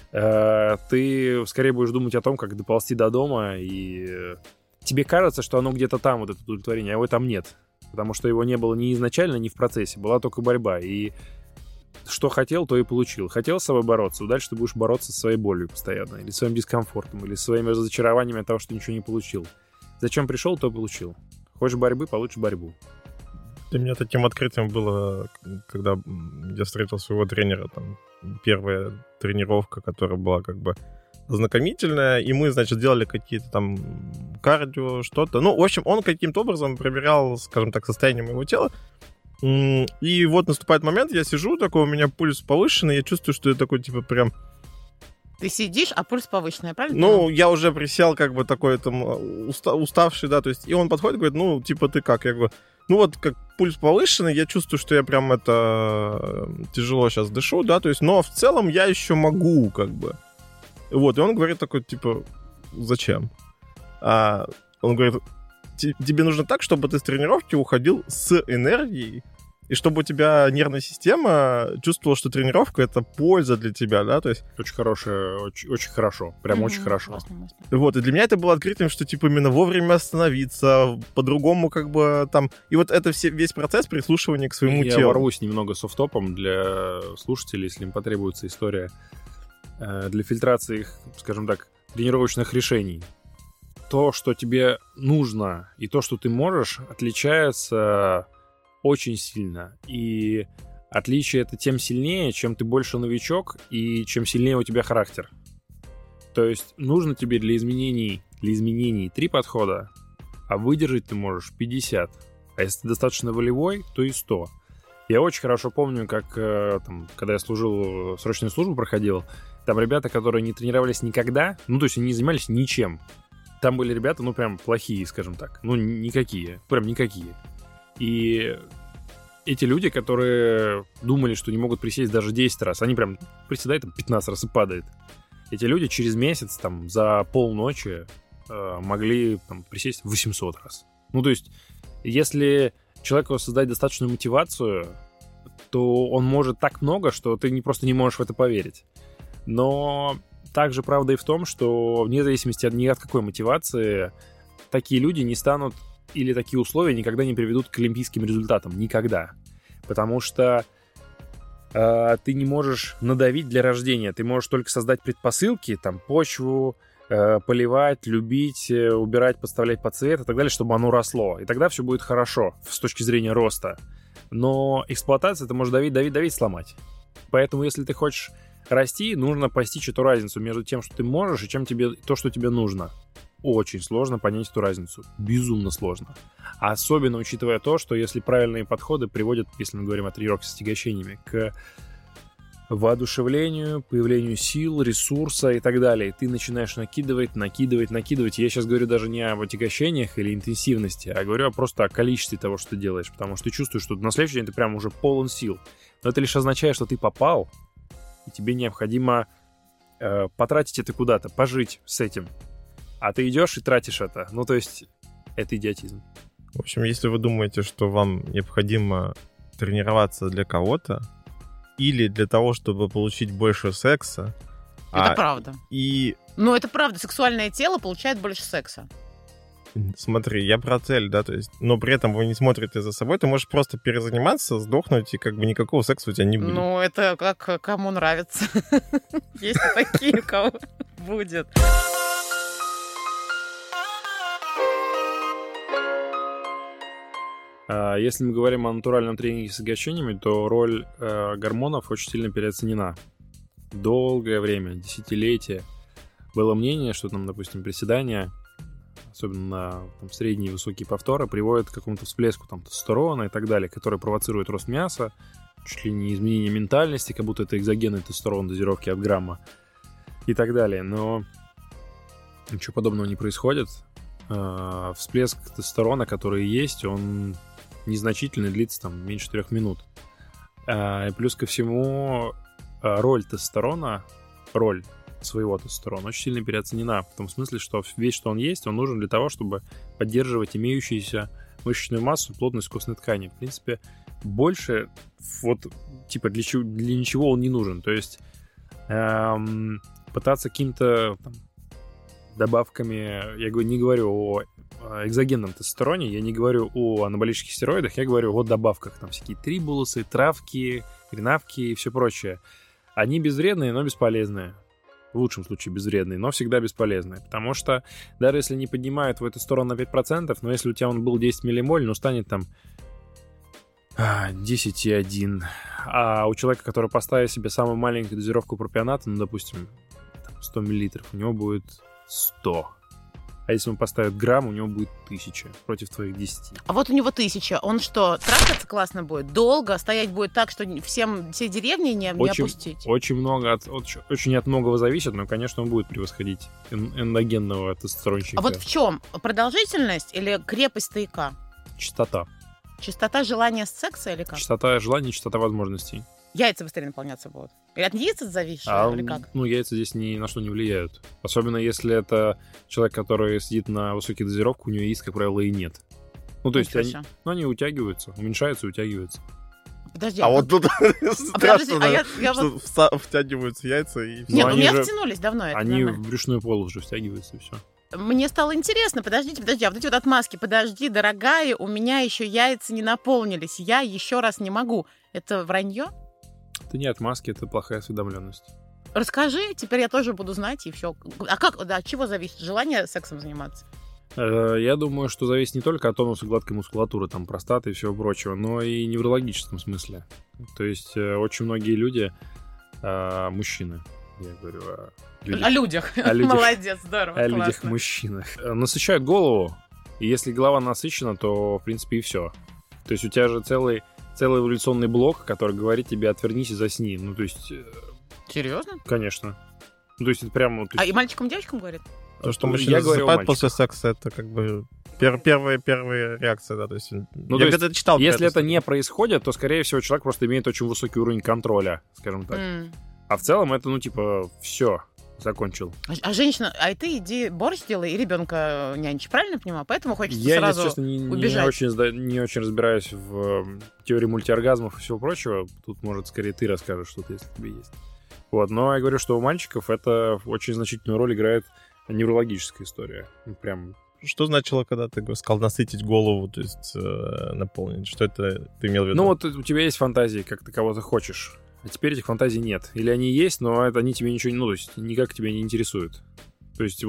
ты скорее будешь думать о том, как доползти до дома, и тебе кажется, что оно где-то там, вот это удовлетворение, а его там нет, потому что его не было ни изначально, ни в процессе, была только борьба, и что хотел, то и получил. Хотел с собой бороться, дальше ты будешь бороться со своей болью постоянно, или своим дискомфортом, или своими разочарованиями от того, что ничего не получил. Зачем пришел, то получил. Хочешь борьбы, получишь борьбу. Для меня таким открытием было, когда я встретил своего тренера, там, первая тренировка, которая была как бы ознакомительная, и мы, значит, делали какие-то там кардио, что-то. Ну, в общем, он каким-то образом проверял, скажем так, состояние моего тела. И вот наступает момент, я сижу такой, у меня пульс повышенный, я чувствую, что я такой, типа, прям... Ты сидишь, а пульс повышенный, правильно? Ну, я уже присел, как бы, такой, там, уставший, да, то есть, и он подходит, говорит, ну, типа, ты как? Я говорю, ну, вот, как пульс повышенный, я чувствую, что я прям, тяжело сейчас дышу, да, то есть, но в целом я еще могу, как бы. Вот, и он говорит такой, типа, зачем? Он говорит, тебе нужно так, чтобы ты с тренировки уходил с энергией, и чтобы у тебя нервная система чувствовала, что тренировка — это польза для тебя, да, то есть... Очень хорошее, очень хорошо, прям очень хорошо. Классно. Вот, и для меня это было открытием, что, типа, именно вовремя остановиться, по-другому, как бы, там... И вот это весь процесс прислушивания к своему телу. Я ворвусь немного с офф-топом для слушателей, если им потребуется история, для фильтрации их, скажем так, тренировочных решений. То, что тебе нужно, и то, что ты можешь, отличается... очень сильно. И отличие это тем сильнее, чем ты больше новичок и чем сильнее у тебя характер. То есть нужно тебе для изменений 3 подхода, а выдержать ты можешь 50. А если ты достаточно волевой, то и 100. Я очень хорошо помню, как когда я служил, срочную службу проходил, там ребята, которые не тренировались никогда, ну то есть они не занимались ничем. Там были ребята, ну прям плохие, скажем так. Ну никакие, прям никакие. И эти люди, которые думали, что не могут присесть даже 10 раз, они прям приседают там 15 раз и падают. Эти люди через месяц, там, за полночи могли там, присесть 800 раз. Ну, то есть, если человеку создать достаточную мотивацию, то он может так много, что ты просто не можешь в это поверить. Но также правда и в том, что вне зависимости ни от какой мотивации, такие люди не станут или такие условия никогда не приведут к олимпийским результатам. Никогда. Потому что ты не можешь надавить для рождения. Ты можешь только создать предпосылки, там, почву, поливать, любить, убирать, подставлять под цвет и так далее, чтобы оно росло. И тогда все будет хорошо с точки зрения роста. Но эксплуатация ты можешь давить, сломать. Поэтому если ты хочешь расти, нужно постичь эту разницу между тем, что ты можешь, и то, что тебе нужно. Очень сложно понять эту разницу. Безумно сложно. Особенно учитывая то, что если правильные подходы приводят, если мы говорим о тренировке с отягощениями, к воодушевлению, появлению сил, ресурса и так далее. И ты начинаешь накидывать. Я сейчас говорю даже не об отягощениях или интенсивности, а говорю просто о количестве того, что ты делаешь. Потому что ты чувствуешь, что на следующий день ты прям уже полон сил. Но это лишь означает, что ты попал, и тебе необходимо потратить это куда-то, пожить с этим. А ты идешь и тратишь это. Ну, то есть, это идиотизм. В общем, если вы думаете, что вам необходимо тренироваться для кого-то или для того, чтобы получить больше секса... Это правда. И... Ну, это правда. Сексуальное тело получает больше секса. Смотри, я про цель, да, то есть, но при этом вы не смотрите за собой, ты можешь просто перезаниматься, сдохнуть, и как бы никакого секса у тебя не будет. Ну, это как кому нравится. Есть такие, у кого будет. Если мы говорим о натуральном тренинге с отягощениями, то роль гормонов очень сильно переоценена. Долгое время, десятилетия, было мнение, что там, допустим, приседания, особенно на средние и высокие повторы, приводят к какому-то всплеску тестостерона и так далее, который провоцирует рост мяса, чуть ли не изменение ментальности, как будто это экзогенный тестостерон дозировки от грамма и так далее. Но ничего подобного не происходит. Всплеск тестостерона, который есть, он незначительный, длится меньше 3 минут. И плюс ко всему, роль своего тестостерона очень сильно переоценена. В том смысле, что весь, что он есть, он нужен для того, чтобы поддерживать имеющуюся мышечную массу, плотность костной ткани. В принципе, больше для ничего он не нужен. То есть пытаться каким-то добавками, я не говорю о экзогенном тестостероне, я не говорю о анаболических стероидах, я говорю о добавках, всякие трибулусы, травки, гренавки и все прочее. Они безвредные, но бесполезные. В лучшем случае безвредные, но всегда бесполезные. Потому что даже если не поднимают твой тестостерон на 5%, но если у тебя он был 10 миллимоль, станет 10,1. А у человека, который поставит себе самую маленькую дозировку пропионата, допустим, 100 миллилитров, у него будет 100. А если он поставит грамм, у него будет 1000 против твоих 10. А вот у него 1000. Он что, трахаться классно будет? Долго? Стоять будет так, что все деревни не опустить? Очень от многого зависит, но, конечно, он будет превосходить эндогенного тестостерончика. А вот в чем? Продолжительность или крепость стояка? Частота. Частота желания секса или как? Частота желаний, частота возможностей. Яйца быстрее наполняться будут? Или от яиц зависит, или как? Яйца здесь ни на что не влияют. Особенно если это человек, который сидит на высоких дозировках, у него яиц, как правило, и нет. То есть они утягиваются, уменьшаются и утягиваются. Подожди. Вот тут страшно, что втягиваются яйца и все. Нет, у меня втянулись давно. Они в брюшную полость уже втягиваются и все. Мне стало интересно, подождите, а вот эти отмазки, подожди, дорогая, у меня еще яйца не наполнились, я еще раз не могу. Это вранье? Это не отмазки, это плохая осведомленность. Расскажи, теперь я тоже буду знать, и все. А как, от чего зависит желание сексом заниматься? Я думаю, что зависит не только от тонуса гладкой мускулатуры, простаты и всего прочего, но и неврологическом смысле. То есть очень многие люди, мужчины, я говорю о людях. Молодец, здорово, классно. О людях-мужчинах. Насыщают голову, и если голова насыщена, то, в принципе, и все. То есть у тебя же целый эволюционный блок, который говорит тебе: отвернись и засни. Серьезно? Конечно. То есть это прямо... А и мальчикам, и девочкам говорит? То, что мужчина засыпает после секса, это как бы первая реакция, да. То есть, я где-то читал. Если это не происходит, то, скорее всего, человек просто имеет очень высокий уровень контроля, скажем так. А в целом это, все, закончил. А женщина, ты иди борщ делай и ребенка нянчи, правильно понимаю? Поэтому хочется я, сразу честно, убежать. Не очень разбираюсь в теории мультиоргазмов и всего прочего. Тут, может, скорее ты расскажешь что-то, если тебе есть. Но я говорю, что у мальчиков это очень значительную роль играет неврологическая история. Прям... Что значило, когда ты сказал насытить голову, то есть наполнить? Что это ты имел в виду? У тебя есть фантазии, как ты кого-то хочешь. А теперь этих фантазий нет. Или они есть, но они тебе ничего то есть никак тебя не интересуют. То есть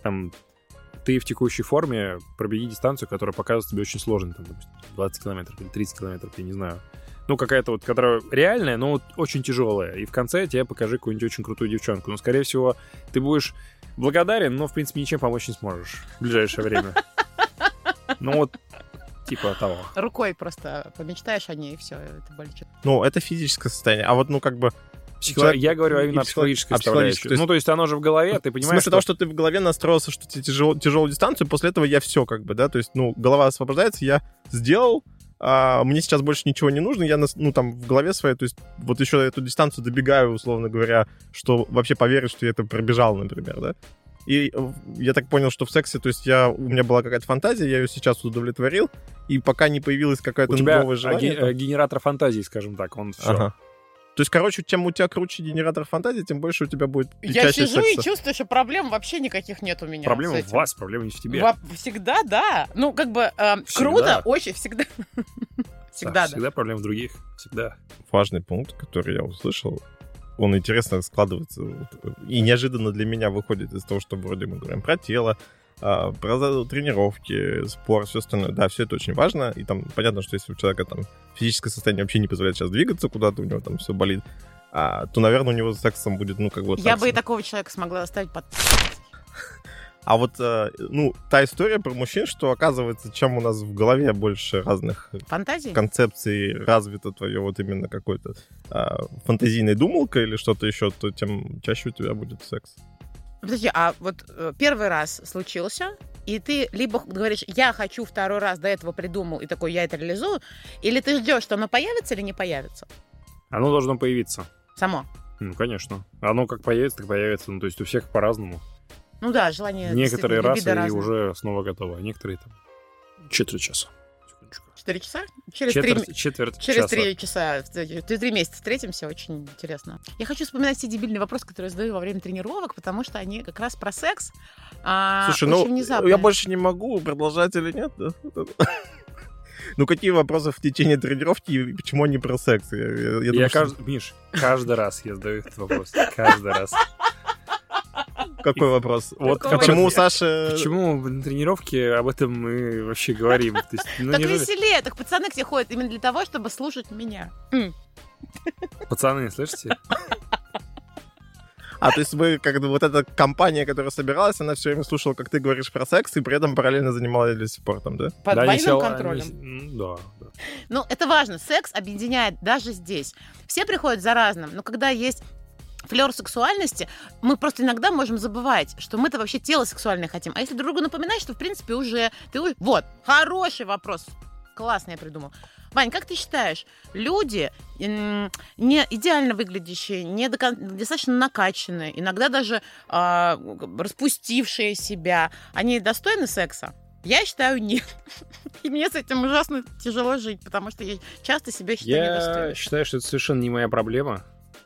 ты в текущей форме пробеги дистанцию, которая показывает тебе очень сложно, допустим, 20 километров или 30 километров, я не знаю. ну, какая-то вот, которая реальная, но вот очень тяжелая. И в конце тебе покажи какую-нибудь очень крутую девчонку. Но, скорее всего, ты будешь благодарен, но, в принципе, ничем помочь не сможешь в ближайшее время. Ну, вот, типа того. Рукой просто помечтаешь о ней, и все, это более. Ну, это физическое состояние. А вот, ну, как бы... Я говорю именно о психологической составляющей. Ну, то есть оно же в голове, ты понимаешь, в смысле того, что ты в голове настроился, что тебе тяжелую дистанцию, после этого я все как бы, да, то есть, ну, голова освобождается, я сделал, мне сейчас больше ничего не нужно, я, ну, там, в голове своей, то есть, вот еще эту дистанцию добегаю, условно говоря, что вообще поверить, что я это пробежал, например, да. И я так понял, что в сексе, то есть у меня была какая-то фантазия, я ее сейчас удовлетворил, и пока не появилось какое-то новое желание... У тебя генератор фантазии, скажем так, он все. Ага. То есть, короче, чем у тебя круче генератор фантазии, тем больше у тебя будет Я сижу и чувствую, что проблем вообще никаких нет у меня. Проблема в вас, проблема не в тебе. Всегда, да. Ну, как бы круто, очень, всегда. Всегда, да. Всегда проблема в других, всегда. Важный пункт, который я услышал, он интересно складывается и неожиданно для меня выходит из того, что вроде мы говорим про тело, про тренировки, спорт, все остальное. Да, все это очень важно. И там понятно, что если у человека там физическое состояние вообще не позволяет сейчас двигаться куда-то, у него там все болит, то, наверное, у него с сексом будет, ну, как бы... Я бы и такого человека смогла оставить под... А вот, ну, та история про мужчин, что, оказывается, чем у нас в голове больше разных фантазий, концепций развито твое вот именно какой-то фантазийной думалка или что-то еще, то тем чаще у тебя будет секс. Подожди, а вот первый раз случился, и ты либо говоришь, я хочу второй раз, до этого придумал, и такой, я это реализую, или ты ждешь, что оно появится или не появится? Оно должно появиться. Само? Ну, конечно. Оно как появится, так появится. Ну, то есть у всех по-разному. Ну да, желание... Некоторые раз и уже снова готовы, а некоторые там 4 часа. 4 часа? Через 3 часа. Через 3 месяца встретимся, очень интересно. Я хочу вспоминать все дебильные вопросы, которые я задаю во время тренировок, потому что они как раз про секс. Слушай, ну, внезапные. Я больше не могу, продолжать или нет? Да? Ну, какие вопросы в течение тренировки и почему они про секс? Миш, каждый раз я задаю этот вопрос. Каждый раз. Какой вопрос? Вот почему Саша... Почему на тренировке об этом мы вообще говорим? То есть, ну, так веселее, так пацаны к тебе ходят именно для того, чтобы слушать меня. Пацаны, слышите? То есть вы, как бы, вот эта компания, которая собиралась, она все время слушала, как ты говоришь про секс, и при этом параллельно занималась спортом, да? Под двойным контролем. Да. Ну, это важно. Секс объединяет даже здесь. Все приходят за разным, но когда есть флёр сексуальности, мы просто иногда можем забывать, что мы-то вообще тело сексуальное хотим. А если друг другу напоминаешь, что, в принципе, уже... Вот, хороший вопрос. Классно я придумал. Вань, как ты считаешь, люди не идеально выглядящие, не достаточно накачанные, иногда даже распустившие себя, они достойны секса? Я считаю, нет. И мне с этим ужасно тяжело жить, потому что я часто себя считаю недостойной. Я считаю, что это совершенно не моя проблема.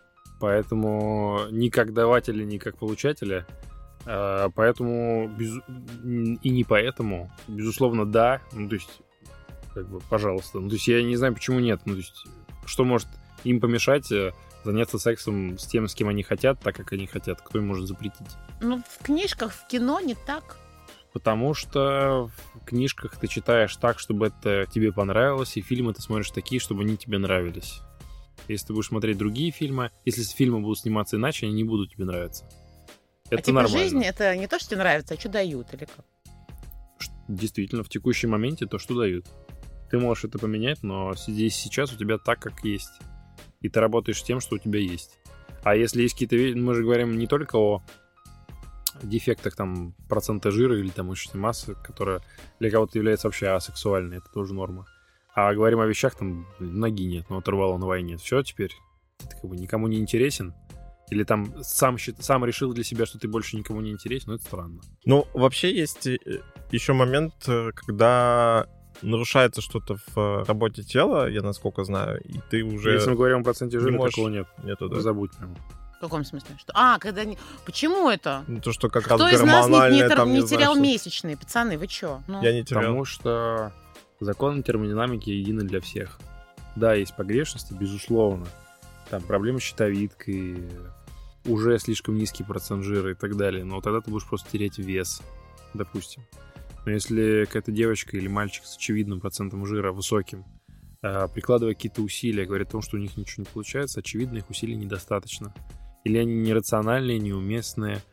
Поэтому ни как давателя, ни как получателя. Поэтому и не поэтому. Безусловно, да. Ну, то есть, как бы, пожалуйста. Ну, то есть, я не знаю, почему нет. Ну, то есть, что может им помешать заняться сексом с тем, с кем они хотят, так, как они хотят? Кто им может запретить? Ну, в книжках, в кино не так. Потому что в книжках ты читаешь так, чтобы это тебе понравилось, и фильмы ты смотришь такие, чтобы они тебе нравились. Если ты будешь смотреть другие фильмы, если фильмы будут сниматься иначе, они не будут тебе нравиться. Это типа нормально. Жизнь — это не то, что тебе нравится, а что дают, или как? Действительно, в текущем моменте то, что дают. Ты можешь это поменять, но здесь сейчас у тебя так, как есть. И ты работаешь с тем, что у тебя есть. А если есть какие-то вещи, мы же говорим не только о дефектах там процента жира или там мышечной массы, которая для кого-то является вообще асексуальной, это тоже норма. А говорим о вещах, там, ноги нет, но оторвало на войне. Все, теперь ты как бы никому не интересен. Или там сам решил для себя, что ты больше никому не интересен, но это странно. Ну, вообще есть еще момент, когда нарушается что-то в работе тела, я насколько знаю, и ты уже... Если мы говорим о проценте жира, можешь... такого нет. Нету, да? Забудь прямо. В каком смысле? Когда... Почему это? Ну, то, что как Кто раз из нас гормональное... не терял месячные? Пацаны, вы чё? Ну. Я не терял. Потому что законы термодинамики едины для всех. Да, есть погрешности, безусловно. Там проблемы с щитовидкой, уже слишком низкий процент жира и так далее. Но тогда ты будешь просто терять вес, допустим. Но если какая-то девочка или мальчик с очевидным процентом жира высоким прикладывая какие-то усилия, говорят о том, что у них ничего не получается, очевидно, их усилий недостаточно. Или они нерациональные, неуместные.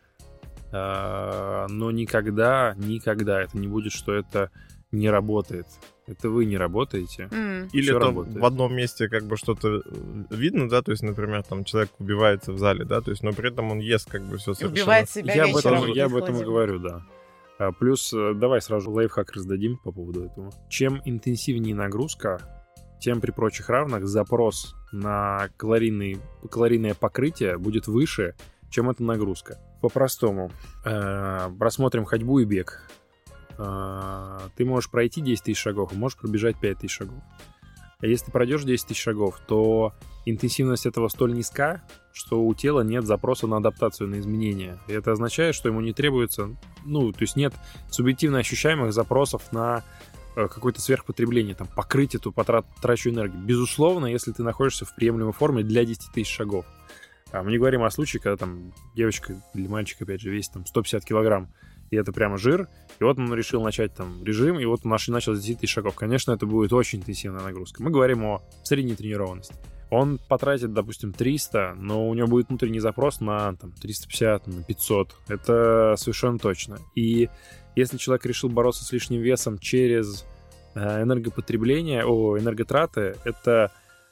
Но никогда это не будет, что это не работает. Это вы не работаете. Или это в одном месте как бы что-то видно, да, то есть, например, там человек убивается в зале, да, то есть, но при этом он ест как бы все совершенно. Убивает себя я об этом и говорю, да. Плюс давай сразу лайфхак раздадим по поводу этого. Чем интенсивнее нагрузка, тем при прочих равных запрос на калорийное покрытие будет выше, чем эта нагрузка. По-простому. Рассмотрим ходьбу и бег. Ты можешь пройти 10 тысяч шагов, а можешь пробежать 5 тысяч шагов. А если ты пройдешь 10 тысяч шагов, то интенсивность этого столь низка, что у тела нет запроса на адаптацию, на изменения. И это означает, что ему не требуется, то есть нет субъективно ощущаемых запросов на какое-то сверхпотребление, там, покрыть эту потрачу энергию. Безусловно, если ты находишься в приемлемой форме для 10 тысяч шагов. Мы не говорим о случае, когда там девочка или мальчик, опять же, весит там 150 килограмм, и это прямо жир, и вот он решил начать там режим, и вот он начал с 10 тысяч шагов. Конечно, это будет очень интенсивная нагрузка. Мы говорим о средней тренированности. Он потратит, допустим, 300, но у него будет внутренний запрос на там, 350, на 500. Это совершенно точно. И если человек решил бороться с лишним весом через энерготраты, это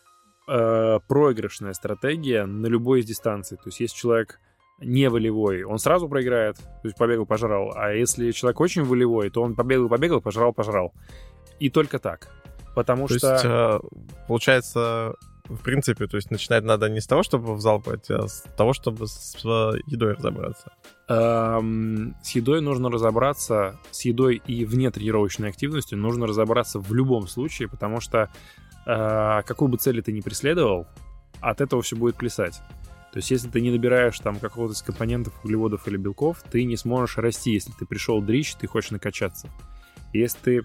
проигрышная стратегия на любой из дистанций. То есть если человек не волевой, он сразу проиграет, то есть побегал, пожрал. А если человек очень волевой, то он побегал, пожрал. И только так. Потому что... То есть, получается, в принципе, то есть начинать надо не с того, чтобы в зал пойти, а с того, чтобы с едой разобраться. С едой нужно разобраться, с едой и вне тренировочной активности нужно разобраться в любом случае, потому что какую бы цели ты ни преследовал, от этого все будет плясать. То есть, если ты не набираешь там какого-то из компонентов углеводов или белков, ты не сможешь расти, если ты пришел дрищ, ты хочешь накачаться. Если ты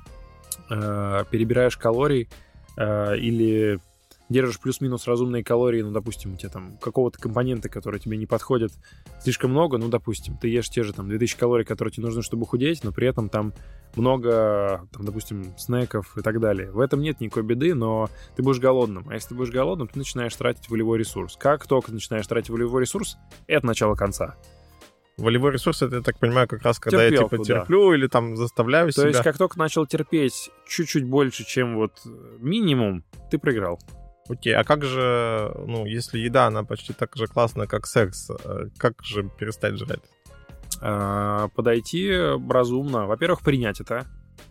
перебираешь калорий или держишь плюс-минус разумные калории, допустим, у тебя там какого-то компонента, который тебе не подходит, слишком много, допустим, ты ешь те же там 2000 калорий, которые тебе нужны, чтобы худеть, но при этом там много, там, допустим, снеков и так далее. В этом нет никакой беды, но ты будешь голодным. А если ты будешь голодным, ты начинаешь тратить волевой ресурс. Как только ты начинаешь тратить волевой ресурс, это начало конца. Волевой ресурс, это, я так понимаю, как раз когда терпелку, я терплю, да. Или там заставляю себя. То есть, как только начал терпеть чуть-чуть больше, чем вот минимум, ты проиграл. Окей, а как же, если еда, она почти так же классная, как секс, как же перестать жрать? Подойти разумно. Во-первых, принять это.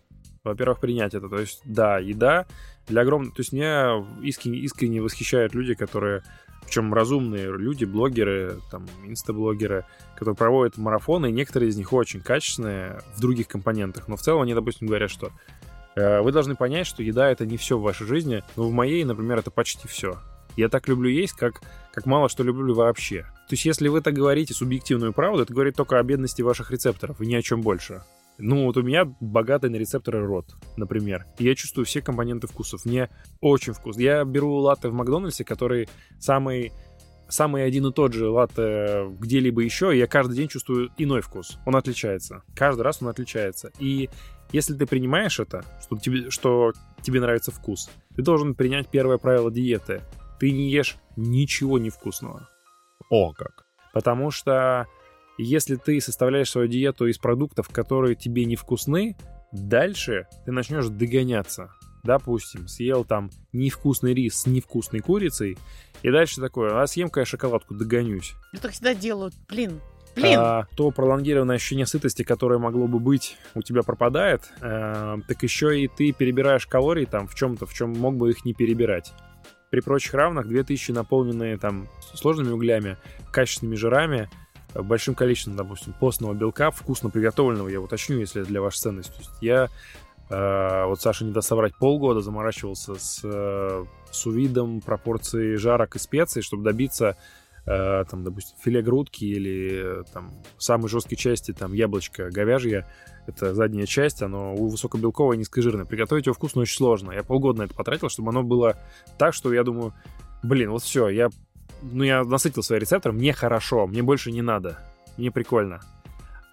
То есть, да, еда для огромного... То есть, меня искренне восхищают люди, которые... Причем разумные люди, блогеры, там, инстаблогеры, которые проводят марафоны, и некоторые из них очень качественные в других компонентах. Но в целом они, допустим, говорят, что вы должны понять, что еда — это не все в вашей жизни, но в моей, например, это почти все. Я так люблю есть, как мало что люблю вообще. То есть если вы так говорите субъективную правду, это говорит только о бедности ваших рецепторов и ни о чем больше. Вот у меня богатый на рецепторы рот, например. И я чувствую все компоненты вкусов. Мне очень вкусно. Я беру латте в Макдональдсе, который самый один и тот же латте где-либо еще, и я каждый день чувствую иной вкус. Он отличается. Каждый раз он отличается. И если ты принимаешь это, что тебе нравится вкус, ты должен принять первое правило диеты. Ты не ешь ничего невкусного. О, как. Потому что если ты составляешь свою диету из продуктов, которые тебе невкусны, дальше ты начнешь догоняться. Допустим, съел там невкусный рис с невкусной курицей, и дальше такое, съем-ка я шоколадку, догонюсь. Я так всегда делаю, блин. То пролонгированное ощущение сытости, которое могло бы быть, у тебя пропадает, так еще и ты перебираешь калории там в чем-то, в чем мог бы их не перебирать. При прочих равных 2000 наполненные там сложными углями, качественными жирами, большим количеством, допустим, постного белка, вкусно приготовленного, я уточню, если это для вашей ценности. То есть я, Саша не даст соврать, полгода заморачивался с сувидом, пропорцией жарок и специй, чтобы добиться, там, допустим, филе грудки или там самой жесткой части, там, яблочко говяжье, это задняя часть, оно высокобелковое, низкожирное. Приготовить его вкусно очень сложно. Я полгода на это потратил, чтобы оно было так, что я думаю, вот все, я насытил свои рецепторы, мне хорошо, мне больше не надо, мне прикольно.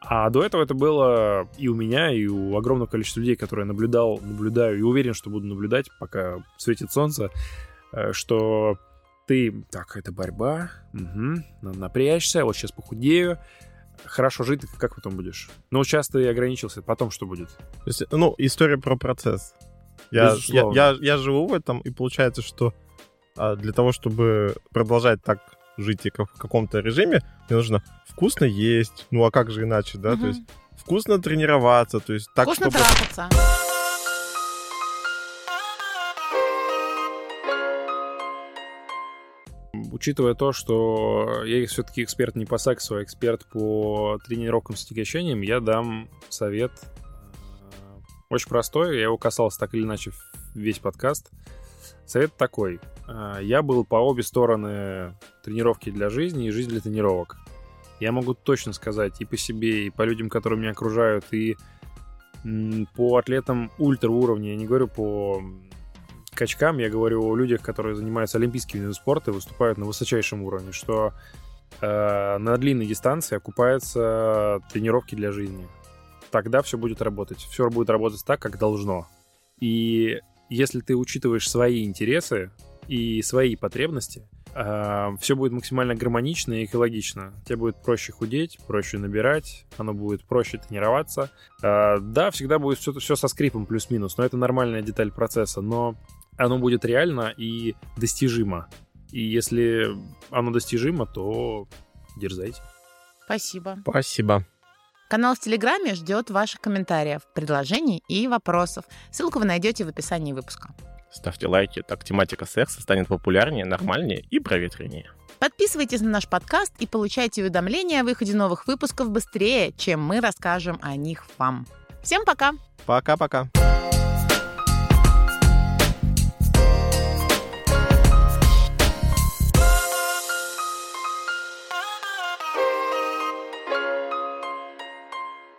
А до этого это было и у меня, и у огромного количества людей, которые я наблюдаю и уверен, что буду наблюдать, пока светит солнце, что ты... Так, это борьба, надо напрячься, вот сейчас похудею. Хорошо жить, как потом будешь? Ну, сейчас ты ограничился, потом что будет? То есть, история про процесс. Я живу в этом, и получается, что для того, чтобы продолжать так жить в каком-то режиме, мне нужно вкусно есть, а как же иначе, да? То есть вкусно тренироваться, то есть так, вкусно трахаться. Учитывая то, что я все-таки эксперт не по сексу, а эксперт по тренировкам с отягощением, я дам совет очень простой. Я его касался так или иначе весь подкаст. Совет такой. Я был по обе стороны тренировки для жизни и жизнь для тренировок. Я могу точно сказать и по себе, и по людям, которые меня окружают, и по атлетам ультра-уровня. Я не говорю по качкам, я говорю о людях, которые занимаются олимпийскими видами спорта и выступают на высочайшем уровне, что на длинной дистанции окупаются тренировки для жизни. Тогда все будет работать. Все будет работать так, как должно. И если ты учитываешь свои интересы и свои потребности, все будет максимально гармонично и экологично. Тебе будет проще худеть, проще набирать, оно будет проще тренироваться. Да, всегда будет все со скрипом плюс-минус, но это нормальная деталь процесса, но оно будет реально и достижимо. И если оно достижимо, то дерзайте. Спасибо. Спасибо. Канал в Телеграме ждет ваших комментариев, предложений и вопросов. Ссылку вы найдете в описании выпуска. Ставьте лайки, так тематика секса станет популярнее, нормальнее и проветреннее. Подписывайтесь на наш подкаст и получайте уведомления о выходе новых выпусков быстрее, чем мы расскажем о них вам. Всем пока! Пока-пока!